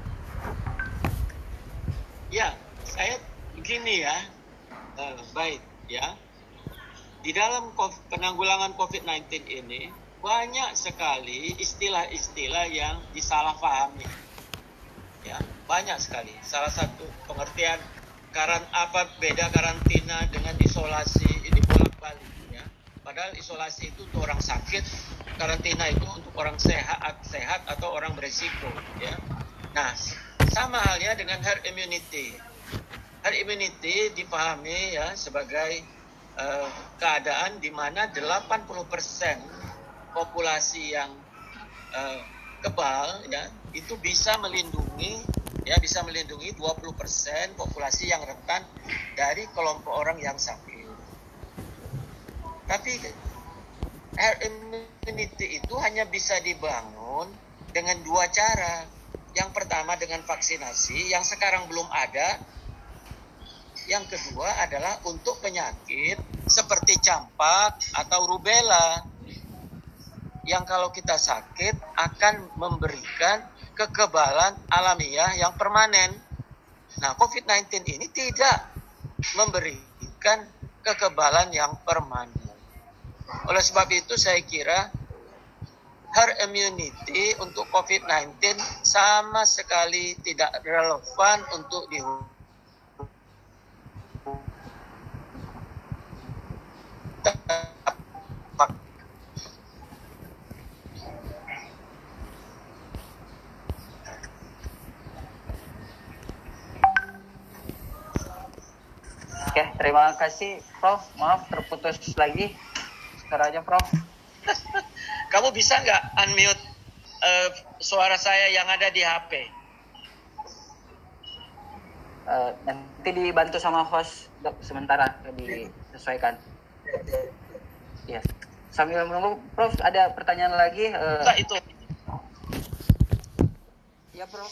Ya, saya begini ya. Uh, baik ya. Di dalam penanggulangan covid sembilan belas ini banyak sekali istilah-istilah yang disalahpahami. Ya, banyak sekali. Salah satu pengertian karan apa beda karantina dengan isolasi ini bolak-balik ya. Padahal isolasi itu untuk orang sakit, karantina itu untuk orang sehat, sehat atau orang berisiko ya. Nah, sama halnya dengan herd immunity. Herd immunity dipahami ya sebagai uh, keadaan di mana delapan puluh persen populasi yang uh, kebal, ya, itu bisa melindungi, ya, bisa melindungi dua puluh persen populasi yang rentan dari kelompok orang yang sakit. Tapi herd immunity itu hanya bisa dibangun dengan dua cara. Yang pertama dengan vaksinasi yang sekarang belum ada. Yang kedua adalah untuk penyakit seperti campak atau rubella yang kalau kita sakit akan memberikan kekebalan alamiah yang permanen. Nah, covid sembilan belas ini tidak memberikan kekebalan yang permanen. Oleh sebab itu saya kira herd immunity untuk covid sembilan belas sama sekali tidak relevan untuk di Oke, terima kasih Prof. Maaf terputus lagi suaranya Prof. Kamu bisa nggak unmute uh, suara saya yang ada di H P? Uh, nanti dibantu sama host dok sementara disesuaikan. Ya, sambil menunggu Prof ada pertanyaan lagi. Uh, Nah, itu. Ya Prof.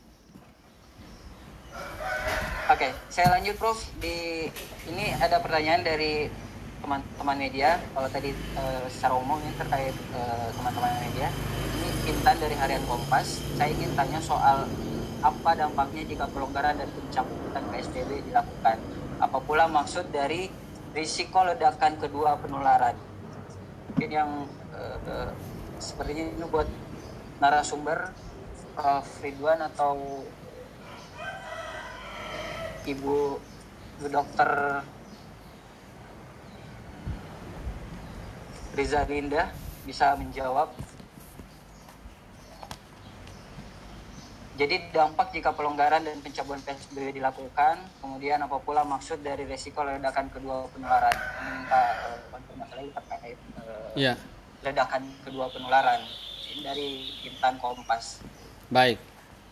Oke, saya lanjut Prof. Di ini ada pertanyaan dari teman-teman media. Kalau tadi uh, secara umum ini terkait uh, teman-teman media. Ini Intan dari Harian Kompas. Saya ingin tanya soal apa dampaknya jika pelonggaran dan pencabutan P S B B dilakukan. Apa pula maksud dari risiko ledakan kedua penularan? Mungkin yang uh, uh, sepertinya ini buat narasumber Prof Ridwan atau Ibu Dokter Riza Linda bisa menjawab. Jadi dampak jika pelonggaran dan pencabutan P S B B dilakukan, kemudian apa pula maksud dari resiko ledakan kedua penularan? Minta konfirmasi terkait uh, Ya. ledakan kedua penularan. Ini dari Intan Kompas. Baik.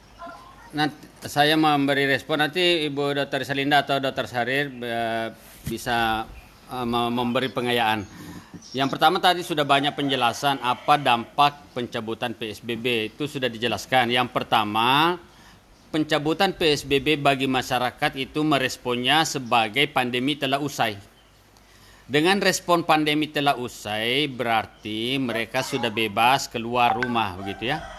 Nanti saya memberi respon, nanti Ibu Dokter Salinda atau Dokter Sarir uh, bisa uh, memberi pengayaan. Yang pertama tadi sudah banyak penjelasan apa dampak pencabutan P S B B, itu sudah dijelaskan. Yang pertama, pencabutan P S B B bagi masyarakat itu meresponnya sebagai pandemi telah usai. Dengan respon pandemi telah usai berarti mereka sudah bebas keluar rumah, begitu ya.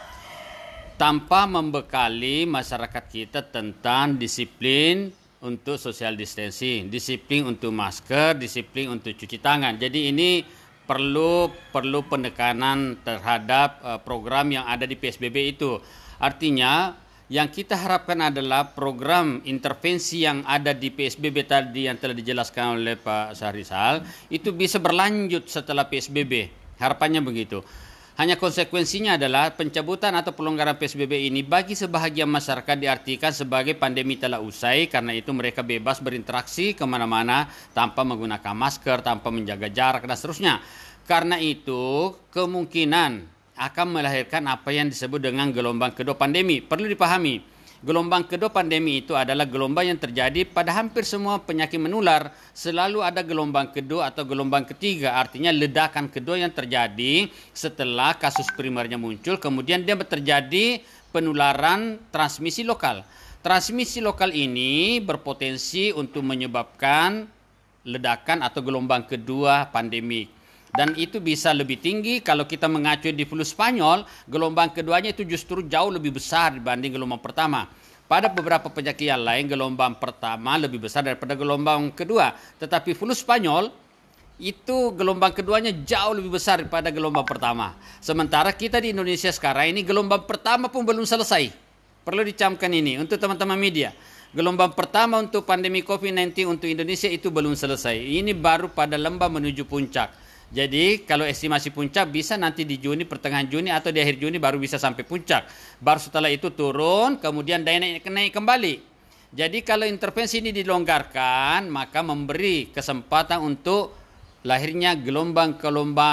Tanpa membekali masyarakat kita tentang disiplin untuk social distancing, disiplin untuk masker, disiplin untuk cuci tangan. Jadi ini perlu perlu penekanan terhadap uh, program yang ada di P S B B itu. Artinya yang kita harapkan adalah program intervensi yang ada di P S B B tadi yang telah dijelaskan oleh Pak Syahrizal itu bisa berlanjut setelah P S B B. Harapannya begitu. Hanya konsekuensinya adalah pencabutan atau pelonggaran P S B B ini bagi sebahagian masyarakat diartikan sebagai pandemi telah usai, karena itu mereka bebas berinteraksi kemana-mana tanpa menggunakan masker, tanpa menjaga jarak dan seterusnya. Karena itu kemungkinan akan melahirkan apa yang disebut dengan gelombang kedua pandemi. Perlu dipahami. Gelombang kedua pandemi itu adalah gelombang yang terjadi pada hampir semua penyakit menular. Selalu ada gelombang kedua atau gelombang ketiga, artinya ledakan kedua yang terjadi setelah kasus primernya muncul, kemudian dia terjadi penularan transmisi lokal. Transmisi lokal ini berpotensi untuk menyebabkan ledakan atau gelombang kedua pandemik. Dan itu bisa lebih tinggi kalau kita mengacu di flu Spanyol, gelombang keduanya itu justru jauh lebih besar dibanding gelombang pertama. Pada beberapa penyakit yang lain, gelombang pertama lebih besar daripada gelombang kedua. Tetapi flu Spanyol, itu gelombang keduanya jauh lebih besar daripada gelombang pertama. Sementara kita di Indonesia sekarang ini gelombang pertama pun belum selesai. Perlu dicamkan ini untuk teman-teman media. Gelombang pertama untuk pandemi covid sembilan belas untuk Indonesia itu belum selesai. Ini baru pada lembah menuju puncak. Jadi kalau estimasi puncak bisa nanti di Juni, pertengahan Juni atau di akhir Juni baru bisa sampai puncak. Baru setelah itu turun, kemudian naik, naik kembali. Jadi kalau intervensi ini dilonggarkan, maka memberi kesempatan untuk lahirnya gelombang-gelombang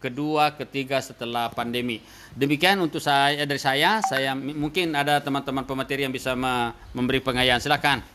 kedua, ketiga setelah pandemi. Demikian untuk saya dari saya. Saya mungkin ada teman-teman pemateri yang bisa memberi pengayaan. Silakan.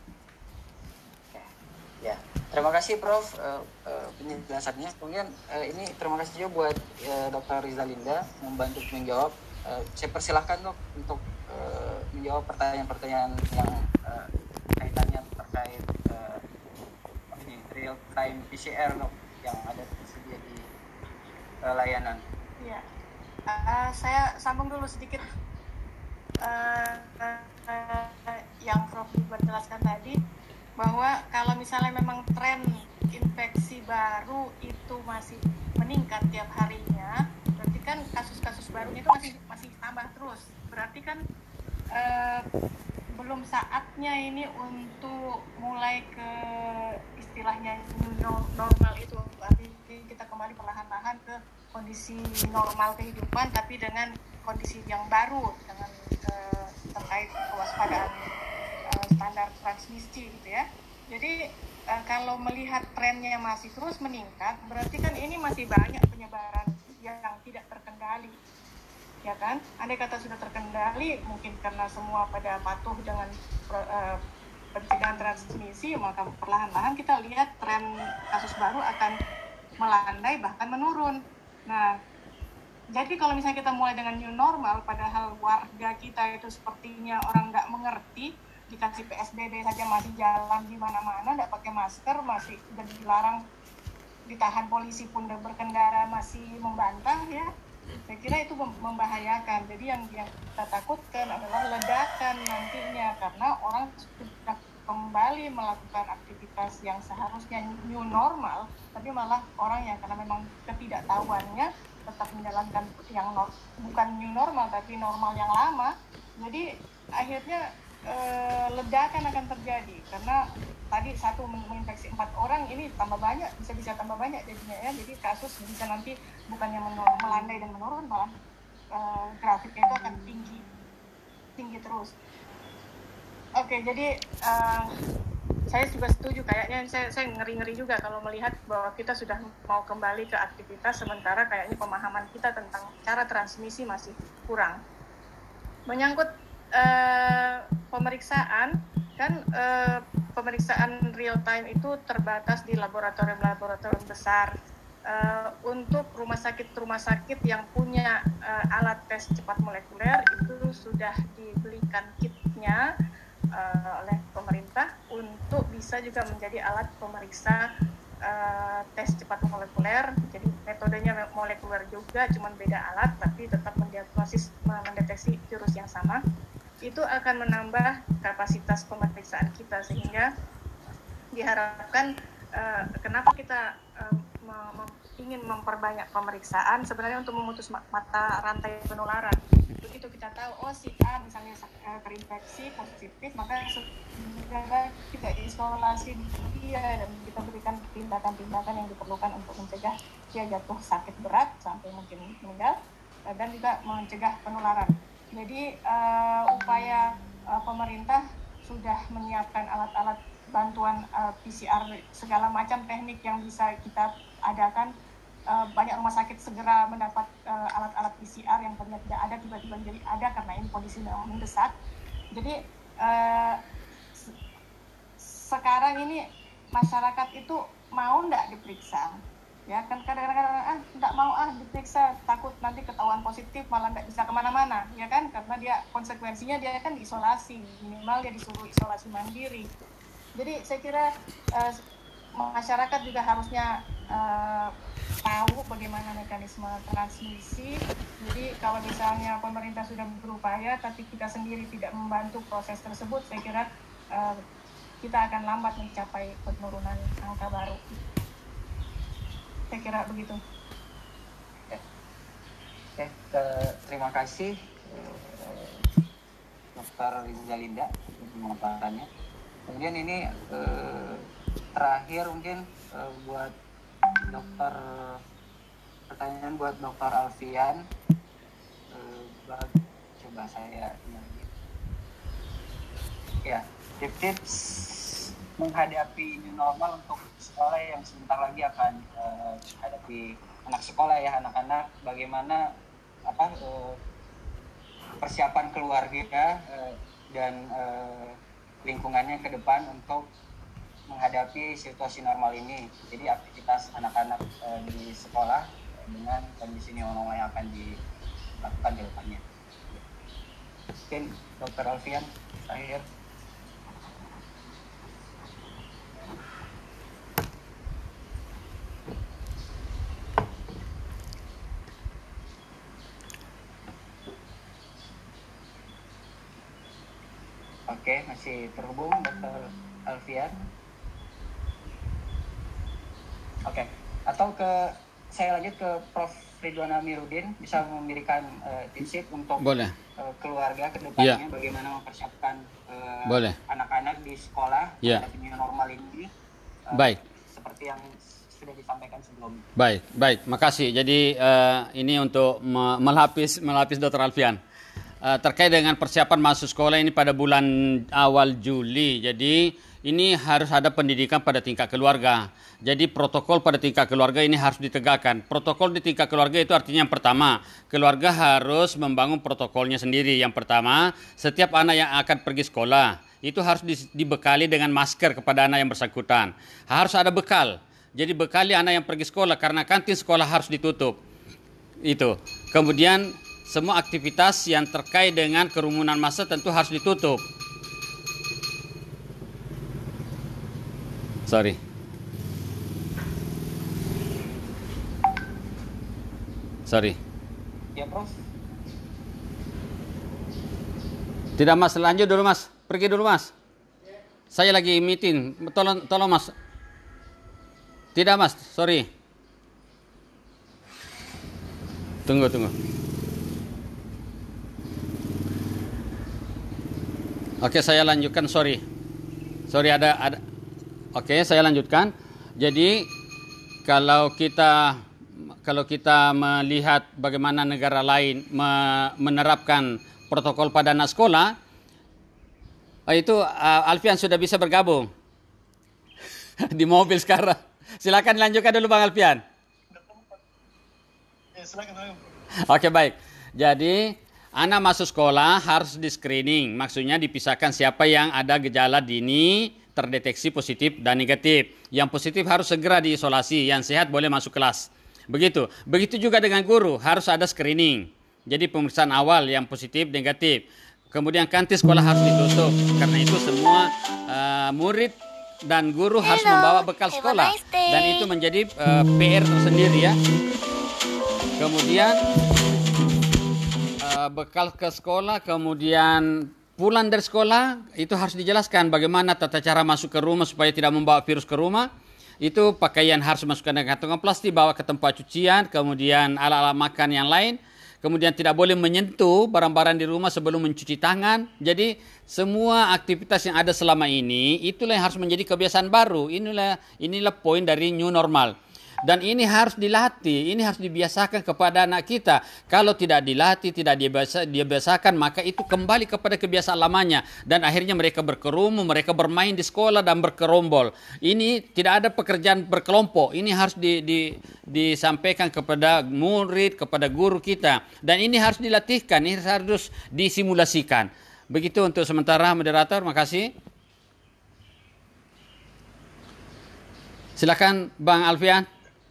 Ya, terima kasih Prof uh, uh, penjelasannya. Kemudian uh, ini terima kasih juga buat uh, Doktor Rizalinda membantu menjawab. Uh, saya persilahkan Dok untuk uh, menjawab pertanyaan-pertanyaan yang uh, kaitannya terkait uh, ini real time P C R Dok yang ada tersedia di uh, layanan. Iya, uh, saya sambung dulu sedikit uh, uh, uh, yang Prof jelaskan tadi, bahwa kalau misalnya memang tren infeksi baru itu masih meningkat tiap harinya, berarti kan kasus-kasus barunya itu masih masih tambah terus. Berarti kan eh, belum saatnya ini untuk mulai ke istilahnya new normal itu. Artinya kita kembali perlahan-lahan ke kondisi normal kehidupan, tapi dengan kondisi yang baru, dengan eh, terkait kewaspadaan standar transmisi gitu ya. Jadi e, kalau melihat trennya masih terus meningkat, berarti kan ini masih banyak penyebaran yang tidak terkendali, ya kan? Andai kata sudah terkendali, mungkin karena semua pada patuh dengan e, pencegahan transmisi, maka perlahan-lahan kita lihat tren kasus baru akan melandai bahkan menurun. Nah, jadi kalau misalnya kita mulai dengan new normal, padahal warga kita itu sepertinya orang nggak mengerti, dikasih P S B B saja masih jalan di mana-mana, nggak pakai masker, masih udah dilarang, ditahan polisi pun udah berkendara masih membantah ya. Saya kira itu membahayakan. Jadi yang yang kita takutkan adalah ledakan nantinya, karena orang sudah kembali melakukan aktivitas yang seharusnya new normal, tapi malah orang yang karena memang ketidaktahuannya tetap menjalankan yang no, bukan new normal tapi normal yang lama. Jadi akhirnya E, ledakan akan terjadi, karena tadi satu menginfeksi empat orang, ini tambah banyak, bisa-bisa tambah banyak jadinya ya. Jadi kasus bisa nanti bukannya menurun, melandai dan menurun, malah e, grafiknya itu akan tinggi tinggi terus. Oke, jadi e, saya juga setuju, kayaknya saya, saya ngeri-ngeri juga kalau melihat bahwa kita sudah mau kembali ke aktivitas, sementara kayaknya pemahaman kita tentang cara transmisi masih kurang. Menyangkut Uh, pemeriksaan kan uh, pemeriksaan real time itu terbatas di laboratorium-laboratorium besar. Uh, untuk rumah sakit-rumah sakit yang punya uh, alat tes cepat molekuler itu sudah dibelikan kitnya uh, oleh pemerintah untuk bisa juga menjadi alat pemeriksa uh, tes cepat molekuler. Jadi metodenya molekuler juga, cuman beda alat, tapi tetap mendiagnosis, mendeteksi virus yang sama. Itu akan menambah kapasitas pemeriksaan kita, sehingga diharapkan uh, kenapa kita uh, mem- mem- ingin memperbanyak pemeriksaan sebenarnya untuk memutus mata rantai penularan. Begitu kita tahu oh si A misalnya uh, terinfeksi positif, maka segera kita isolasi dia dan kita berikan tindakan-tindakan yang diperlukan untuk mencegah dia jatuh sakit berat sampai mungkin meninggal, uh, dan juga mencegah penularan. Jadi uh, upaya uh, pemerintah sudah menyiapkan alat-alat bantuan uh, P C R, segala macam teknik yang bisa kita adakan. Uh, banyak rumah sakit segera mendapat uh, alat-alat P C R yang tadinya tidak ada, tiba-tiba jadi ada karena ini kondisi memang mendesak. Jadi uh, se- sekarang ini masyarakat itu mau nggak diperiksa? Ya kan kadang-kadang ah tidak mau ah diperiksa, takut nanti ketahuan positif malah tidak bisa kemana-mana, ya kan, karena dia konsekuensinya dia kan diisolasi, minimal dia disuruh isolasi mandiri. Jadi saya kira uh, masyarakat juga harusnya uh, tahu bagaimana mekanisme transmisi. Jadi kalau misalnya pemerintah sudah berupaya tapi kita sendiri tidak membantu proses tersebut, saya kira uh, kita akan lambat mencapai penurunan angka baru. Saya kira begitu. Oke, Oke ke, terima kasih eh, Dokter Rizalinda untuk pemaparannya. Kemudian ini eh, terakhir mungkin eh, buat Dokter, pertanyaan buat Dokter Alfian. Eh, bag, coba saya ya tips-tips menghadapi new normal untuk sekolah yang sebentar lagi akan uh, hadapi anak sekolah ya, anak-anak bagaimana apa eh, persiapan keluarga eh, dan eh, lingkungannya ke depan untuk menghadapi situasi normal ini. Jadi aktivitas anak-anak eh, di sekolah dengan kondisi new normal yang akan dilakukan di depannya. Mungkin Dokter Alfian terakhir. Oke, masih terhubung Dokter Alfian. Oke, atau ke saya lanjut ke Prof Ridwan Amiruddin, bisa memberikan uh, tips untuk Boleh. Uh, keluarga ke depannya, Ya. bagaimana mempersiapkan uh, Boleh. anak-anak di sekolah Ya. terhadap new normal ini. Uh, Baik. Seperti yang sudah disampaikan sebelumnya. Baik, baik, makasih. Jadi uh, ini untuk me- melapis melapis Dokter Alfian. Uh, terkait dengan persiapan masuk sekolah ini pada bulan awal Juli. Jadi ini harus ada pendidikan pada tingkat keluarga. Jadi protokol pada tingkat keluarga ini harus ditegakkan. Protokol di tingkat keluarga itu artinya yang pertama, keluarga harus membangun protokolnya sendiri. Yang pertama, setiap anak yang akan pergi sekolah itu harus dibekali dengan masker kepada anak yang bersangkutan. Harus ada bekal. Jadi bekali anak yang pergi sekolah karena kantin sekolah harus ditutup. Itu. Kemudian semua aktivitas yang terkait dengan kerumunan massa tentu harus ditutup. Sorry. Sorry. Ya, Prof. Tidak, Mas, lanjut dulu, Mas. Pergi dulu, Mas. Saya lagi meeting. Tolong tolong, Mas. Tidak, Mas. Sorry. Tunggu, tunggu. Oke, saya lanjutkan. Sorry. Sorry, ada ada. Oke, saya lanjutkan. Jadi kalau kita kalau kita melihat bagaimana negara lain me- menerapkan protokol pada anak sekolah, itu uh, Alfian sudah bisa bergabung di mobil sekarang. Silakan lanjutkan dulu Bang Alfian. Oke, baik. Jadi anak masuk sekolah harus di screening, maksudnya dipisahkan siapa yang ada gejala dini terdeteksi positif dan negatif. Yang positif harus segera diisolasi, yang sehat boleh masuk kelas. Begitu. Begitu juga dengan guru, harus ada screening. Jadi pemeriksaan awal yang positif, negatif. Kemudian kantin sekolah harus ditutup. Karena itu semua uh, murid dan guru Hello, harus membawa bekal sekolah. Nice dan itu menjadi uh, P R tersendiri ya. Kemudian uh, bekal ke sekolah, kemudian pulang dari sekolah, itu harus dijelaskan bagaimana tata cara masuk ke rumah supaya tidak membawa virus ke rumah. Itu pakaian harus masukkan dengan kantongan plastik, bawa ke tempat cucian, kemudian alat-alat makan yang lain. Kemudian tidak boleh menyentuh barang-barang di rumah sebelum mencuci tangan. Jadi semua aktivitas yang ada selama ini, itulah yang harus menjadi kebiasaan baru. Inilah inilah poin dari new normal. Dan ini harus dilatih, ini harus dibiasakan kepada anak kita. Kalau tidak dilatih, tidak dibiasa, dibiasakan, maka itu kembali kepada kebiasaan lamanya. Dan akhirnya mereka berkerumun, mereka bermain di sekolah dan berkerombol. Ini tidak ada pekerjaan berkelompok. Ini harus di, di, disampaikan kepada murid, kepada guru kita. Dan ini harus dilatihkan, ini harus disimulasikan. Begitu untuk sementara, moderator, makasih. Silakan Bang Alfian.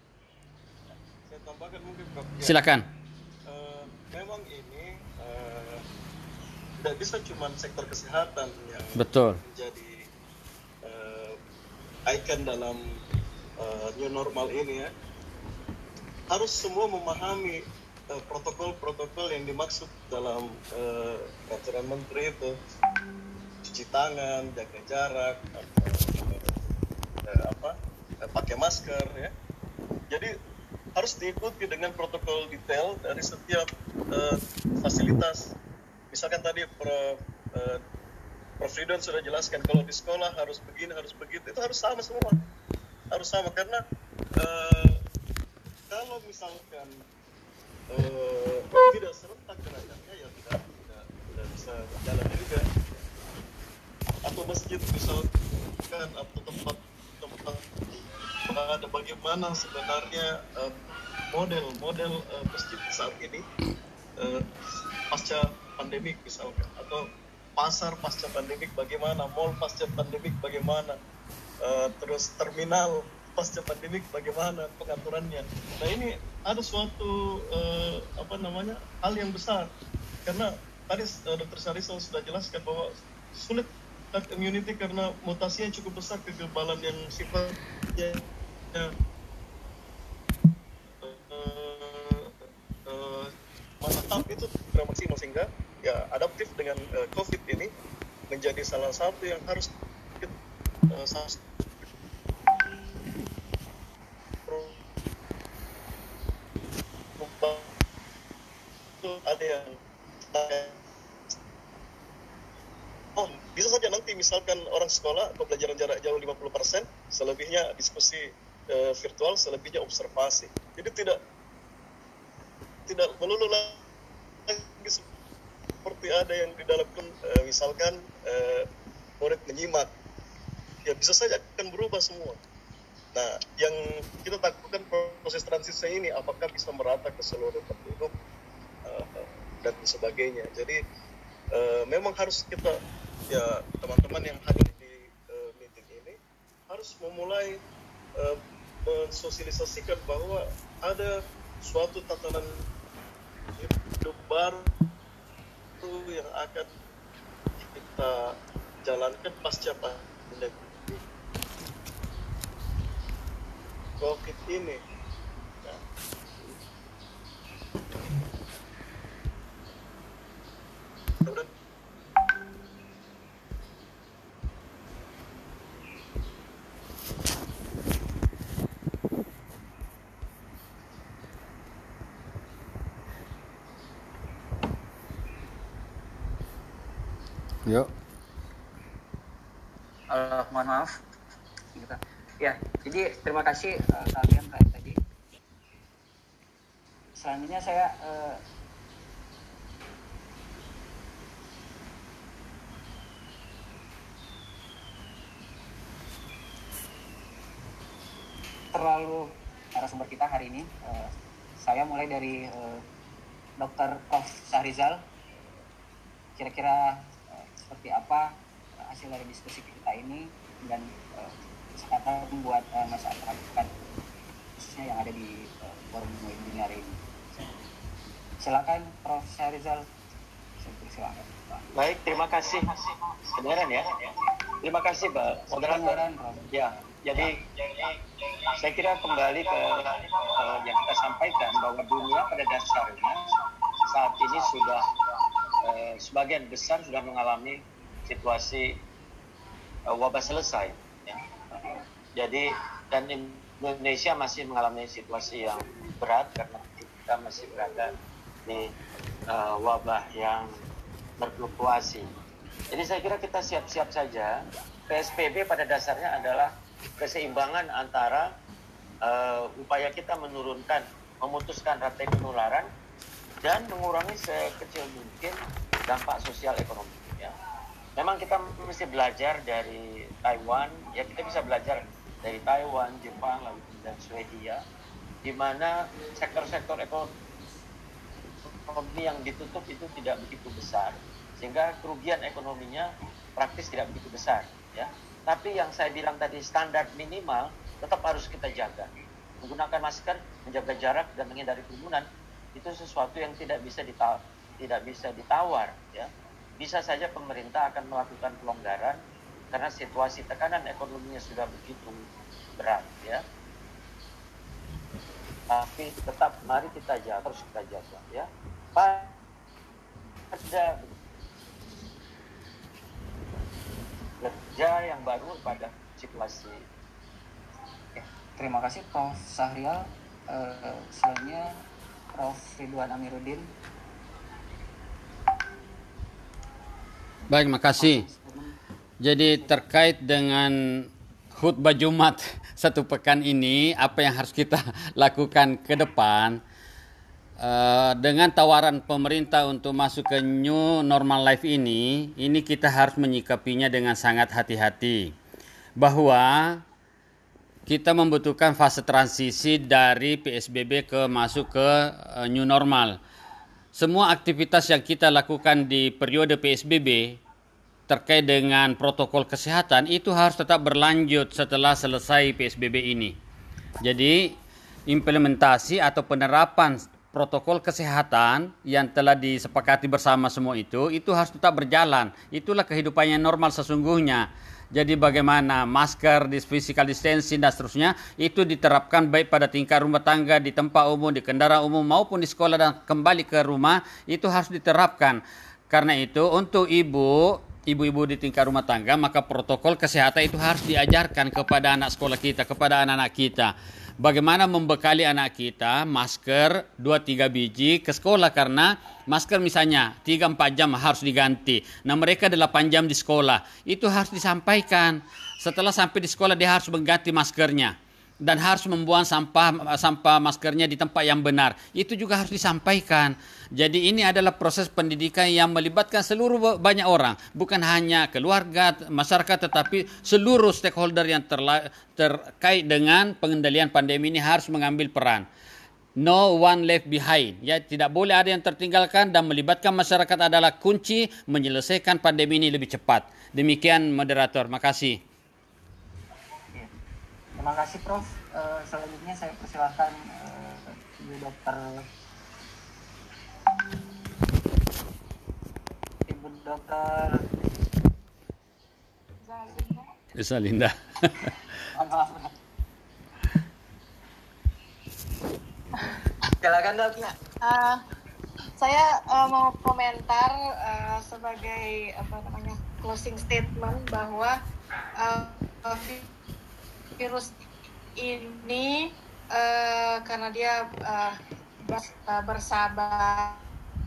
Silakan. Uh, memang ini uh, tidak bisa cuma sektor kesehatan yang Betul. menjadi uh, ikon dalam uh, new normal ini ya. Harus semua memahami uh, protokol-protokol yang dimaksud dalam uh, peraturan menteri itu, cuci tangan, jaga jarak, atau, uh, apa, uh, pakai masker ya. Jadi harus diikuti dengan protokol detail dari setiap uh, fasilitas. Misalkan tadi Prof uh, Prof Ridwan sudah jelaskan kalau di sekolah harus begini, harus begitu, itu harus sama semua, harus sama karena uh, kalau misalkan uh, tidak serentak kenaikannya ya tidak tidak tidak bisa jalan juga. Atau masjid misalkan atau tempat tempat ada bagaimana sebenarnya uh, model-model uh, masjid saat ini uh, pasca pandemik misalkan, atau pasar pasca pandemik bagaimana, mall pasca pandemik bagaimana, uh, terus terminal pasca pandemik bagaimana pengaturannya. Nah ini ada suatu uh, apa namanya hal yang besar, karena tadi uh, Dokter Sarisal sudah jelaskan bahwa sulit herd immunity karena mutasinya cukup besar, kekebalan yang sifatnya uh, uh, menetap itu tidak maksimal, sehingga ya adaptif dengan uh, COVID ini menjadi salah satu yang harus kita uh, itu ada yang oh bisa saja nanti misalkan orang sekolah pembelajaran jarak jauh lima puluh persen, selebihnya diskusi uh, virtual, selebihnya observasi. Jadi tidak tidak melulu lagi seperti ada yang di dalam pun uh, misalkan uh, murid menyimak, ya bisa saja akan berubah semua. Nah, yang kita takutkan proses transisi ini apakah bisa merata ke seluruh penduduk uh, dan sebagainya. Jadi uh, memang harus kita, ya teman-teman yang hadir di uh, meeting ini harus memulai uh, mensosialisasikan bahwa ada suatu tatanan hidup baru yang akan kita jalankan pasca pandemi COVID ini. Nah. Yuk. Uh, mohon maaf. Ya, jadi terima kasih uh, kalian kalian tadi. Selanjutnya saya uh, terlalu narasumber kita hari ini. Uh, saya mulai dari uh, Dokter Prof Sahrizal. Kira-kira uh, seperti apa uh, hasil dari diskusi kita ini dan uh, kesempatan membuat uh, masyarakat khususnya yang ada di uh, forum webinar ini. Silakan Prof Sahrizal. Silakan. Baik, terima kasih. Kedengaran ya? Terima kasih, Pak Moderator. Ya, jadi saya kira kembali ke uh, yang kita sampaikan bahwa dunia pada dasarnya saat ini sudah uh, sebagian besar sudah mengalami situasi uh, wabah selesai. Ya. Jadi dan Indonesia masih mengalami situasi yang berat karena kita masih berada di uh, wabah yang berfluktuasi. Jadi saya kira kita siap-siap saja. P S B B pada dasarnya adalah keseimbangan antara uh, upaya kita menurunkan, memutuskan rantai penularan dan mengurangi sekecil mungkin dampak sosial ekonomi. Ya. Memang kita mesti belajar dari Taiwan, ya kita bisa belajar dari Taiwan, Jepang, lalu dan Swedia, di mana sektor-sektor ekonomi yang ditutup itu tidak begitu besar, sehingga kerugian ekonominya praktis tidak begitu besar. Ya. Tapi yang saya bilang tadi standar minimal tetap harus kita jaga. Menggunakan masker, menjaga jarak dan menghindari kerumunan itu sesuatu yang tidak bisa ditawar, tidak bisa ditawar. Ya. Bisa saja pemerintah akan melakukan pelonggaran karena situasi tekanan ekonominya sudah begitu berat. Ya. Tapi tetap mari kita jaga, harus kita jaga. Ya. Pada kerja yang baru pada situasi. Oke, terima kasih Prof Sahrial. Uh, selanjutnya Prof Ridwan Amiruddin. Baik, makasih. Jadi terkait dengan khutbah Jumat satu pekan ini, apa yang harus kita lakukan ke depan? Uh, dengan tawaran pemerintah untuk masuk ke new normal life ini, ini kita harus menyikapinya dengan sangat hati-hati. Bahwa kita membutuhkan fase transisi dari P S B B ke masuk ke uh, new normal. Semua aktivitas yang kita lakukan di periode P S B B terkait dengan protokol kesehatan itu harus tetap berlanjut setelah selesai P S B B ini. Jadi implementasi atau penerapan protokol kesehatan yang telah disepakati bersama semua itu, itu harus tetap berjalan. Itulah kehidupan yang normal sesungguhnya. Jadi bagaimana masker, physical distancing dan seterusnya itu diterapkan baik pada tingkat rumah tangga, di tempat umum, di kendaraan umum maupun di sekolah dan kembali ke rumah itu harus diterapkan. Karena itu untuk ibu, ibu-ibu di tingkat rumah tangga maka protokol kesehatan itu harus diajarkan kepada anak sekolah kita, kepada anak-anak kita. Bagaimana membekali anak kita masker dua tiga biji ke sekolah karena masker misalnya tiga empat jam harus diganti. Nah mereka delapan jam di sekolah. Itu harus disampaikan. Setelah sampai di sekolah dia harus mengganti maskernya. Dan harus membuang sampah sampah maskernya di tempat yang benar. Itu juga harus disampaikan. Jadi ini adalah proses pendidikan yang melibatkan seluruh banyak orang. Bukan hanya keluarga, masyarakat, tetapi seluruh stakeholder yang terla, terkait dengan pengendalian pandemi ini harus mengambil peran. No one left behind. Ya, tidak boleh ada yang tertinggalkan dan melibatkan masyarakat adalah kunci menyelesaikan pandemi ini lebih cepat. Demikian moderator. Makasih. Terima kasih Prof. Uh, selanjutnya saya persilakan uh, Ibu Dokter Ibu Dokter Zalinda. Silakan Dok. Ya, uh, saya uh, mau komentar uh, sebagai apa namanya closing statement bahwa uh, uh, virus ini uh, karena dia uh, bersabar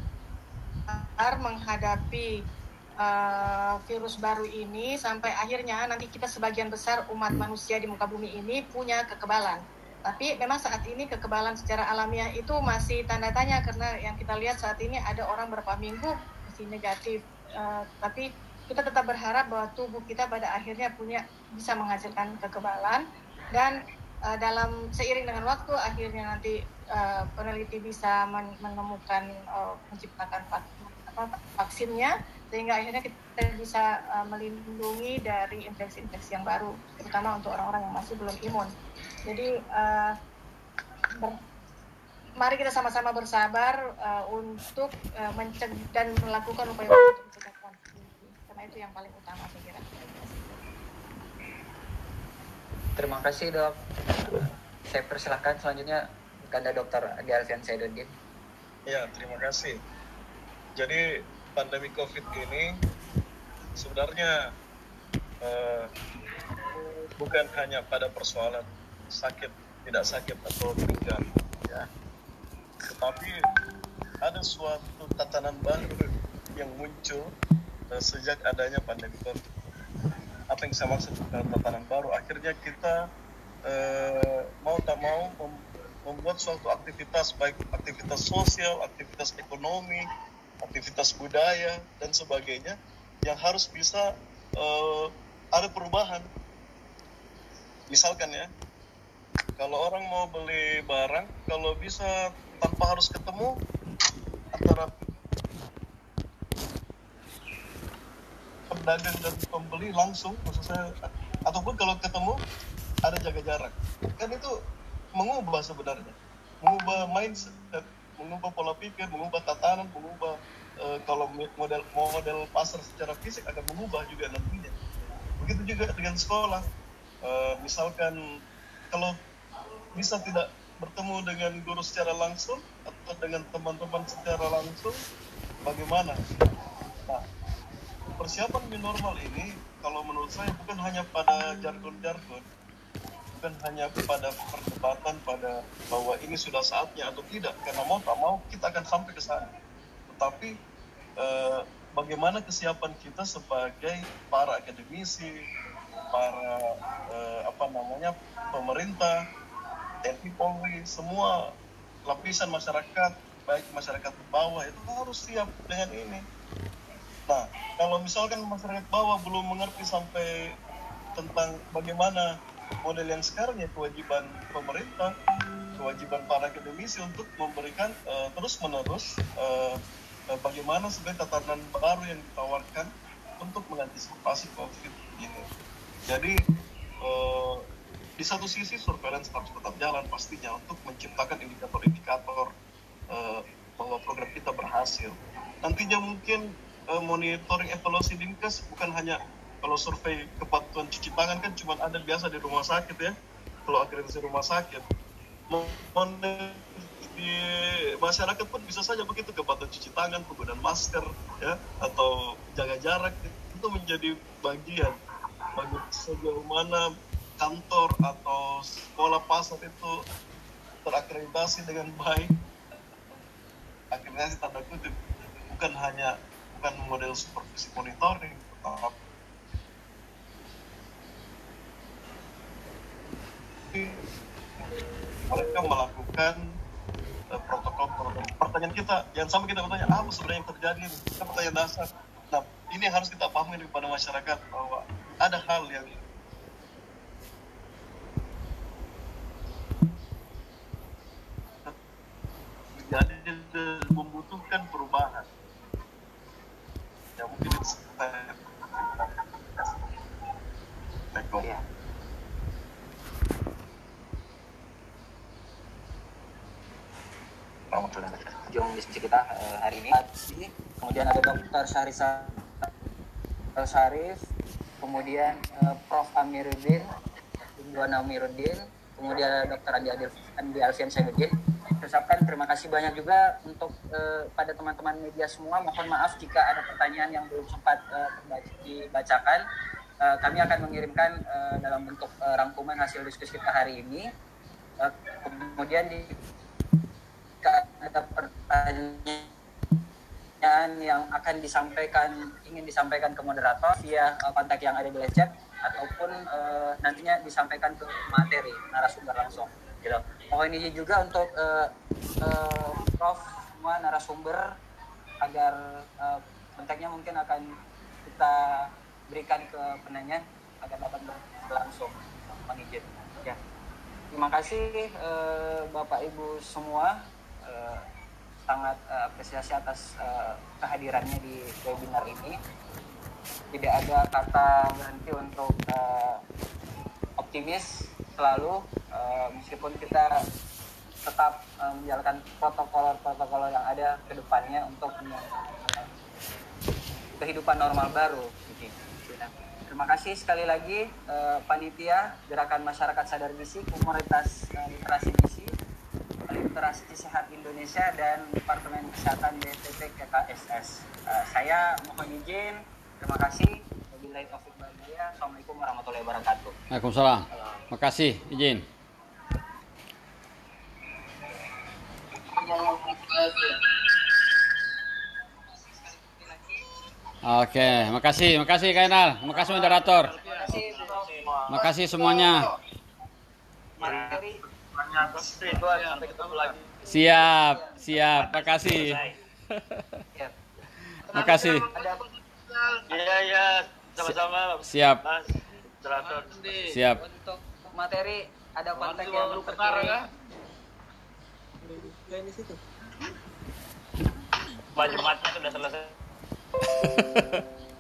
menghadapi uh, virus baru ini sampai akhirnya nanti kita sebagian besar umat manusia di muka bumi ini punya kekebalan. Tapi memang saat ini kekebalan secara alamiah itu masih tanda tanya karena yang kita lihat saat ini ada orang berapa minggu masih negatif. Uh, tapi kita tetap berharap bahwa tubuh kita pada akhirnya punya bisa menghasilkan kekebalan dan uh, dalam seiring dengan waktu akhirnya nanti uh, peneliti bisa men- menemukan uh, menciptakan vak- apa, vaksinnya sehingga akhirnya kita bisa uh, melindungi dari infeksi-infeksi yang baru terutama untuk orang-orang yang masih belum imun. Jadi uh, ber- mari kita sama-sama bersabar uh, untuk uh, mencegah dan melakukan upaya untuk mencegah karena itu yang paling utama saya kira. Terima kasih Dok. Saya persilahkan selanjutnya kepada Dokter Adi Alfian Saiduddin. Ya, terima kasih. Jadi pandemi COVID ini sebenarnya eh, bukan hanya pada persoalan sakit, tidak sakit atau tidak, ya. Tetapi ada suatu tatanan baru yang muncul sejak adanya pandemi COVID. Apa yang saya maksud dengan tatanan baru? Akhirnya kita eh, mau tak mau mem- membuat suatu aktivitas, baik aktivitas sosial, aktivitas ekonomi, aktivitas budaya, dan sebagainya, yang harus bisa eh, ada perubahan. Misalkan ya, kalau orang mau beli barang, kalau bisa tanpa harus ketemu antara pedagang dan pembeli langsung, maksud saya, ataupun kalau ketemu ada jaga jarak, kan itu mengubah sebenarnya, mengubah mindset, mengubah pola pikir, mengubah tatanan, mengubah uh, kalau model model pasar secara fisik akan mengubah juga nantinya. Begitu juga dengan sekolah, uh, misalkan kalau bisa tidak bertemu dengan guru secara langsung atau dengan teman-teman secara langsung, bagaimana? Nah, persiapan new normal ini kalau menurut saya bukan hanya pada jargon-jargon, bukan hanya pada perdebatan pada bahwa ini sudah saatnya atau tidak, karena mau tak mau kita akan sampai ke sana. Tetapi eh, bagaimana kesiapan kita sebagai para akademisi, para eh, apa namanya pemerintah, T N I Polri, semua lapisan masyarakat, baik masyarakat bawah itu harus siap dengan ini. Nah, kalau misalkan masyarakat bawah belum mengerti sampai tentang bagaimana model yang sekarang ya kewajiban pemerintah, kewajiban para akademisi untuk memberikan uh, terus-menerus uh, uh, bagaimana sebenarnya tatanan baru yang ditawarkan untuk mengantisipasi COVID ini. Jadi uh, di satu sisi surveillance harus tetap jalan pastinya untuk menciptakan indikator-indikator uh, bahwa program kita berhasil. Nantinya mungkin uh, monitoring evaluasi Dinkes bukan hanya kalau survei kepatuhan cuci tangan kan cuma ada biasa di rumah sakit ya, kalau akreditasi rumah sakit. Di masyarakat pun bisa saja begitu, kepatuhan cuci tangan, penggunaan masker ya, atau jaga jarak, itu menjadi bagian bagi sejauh mana kantor atau sekolah pasar itu terakreditasi dengan baik. Akreditasi tanda kutip bukan hanya bukan model supervisi monitoring, tetapi mereka melakukan uh, protokol-protokol. Pertanyaan kita, jangan sampai kita bertanya, apa sebenarnya yang terjadi ini? Kita pertanyaan dasar. Nah, ini yang harus kita pahami kepada masyarakat, bahwa ada hal yang jadi membutuhkan perubahan. Ya mungkin itu saya. Ya. Ujung diskusi kita uh, hari ini. Kemudian ada Dokter Syarif Syarif, kemudian uh, Prof Amiruddin, Ibu Amiruddin, kemudian ada Dokter Andi Adil Andi Alfian Syainuddin. Saya ucapkan terima kasih banyak juga untuk uh, pada teman-teman media semua. Mohon maaf jika ada pertanyaan yang belum sempat uh, dibacakan. Uh, kami akan mengirimkan uh, dalam bentuk uh, rangkuman hasil diskusi kita hari ini. Uh, kemudian di ada pertanyaan yang akan disampaikan, ingin disampaikan ke moderator via uh, kontak yang ada di live chat ataupun uh, nantinya disampaikan ke materi narasumber langsung. Gitu. Mohon izin juga untuk uh, uh, Prof semua narasumber agar uh, kontaknya mungkin akan kita berikan ke penanya agar dapat berlangsung. Mohon izin. Ya. Terima kasih uh, Bapak Ibu semua. Uh, sangat uh, apresiasi atas uh, kehadirannya di webinar ini. Tidak ada kata berhenti untuk uh, optimis selalu, uh, meskipun kita tetap uh, menjalankan protokol-protokol yang ada ke depannya untuk uh, kehidupan normal baru. Terima kasih sekali lagi uh, panitia Gerakan Masyarakat Sadar Gizi, Komunitas uh, Literasi Gizi, Literasi Sehat Indonesia, dan Departemen Kesehatan B T P K K S S. Uh, saya mohon izin, terima kasih. Wabillahi taufiq wal hidayah. Assalamualaikum warahmatullahi wabarakatuh. Waalaikumsalam. Terima kasih, izin. Oke, makasih, makasih Kainal, makasih moderator, makasih semuanya. Siap, siap, makasih. Makasih. Iya, iya, sama-sama. Siap. Mas, moderator. Siap. Untuk materi ada kontak yang terkini. Pak Jumatnya sudah selesai.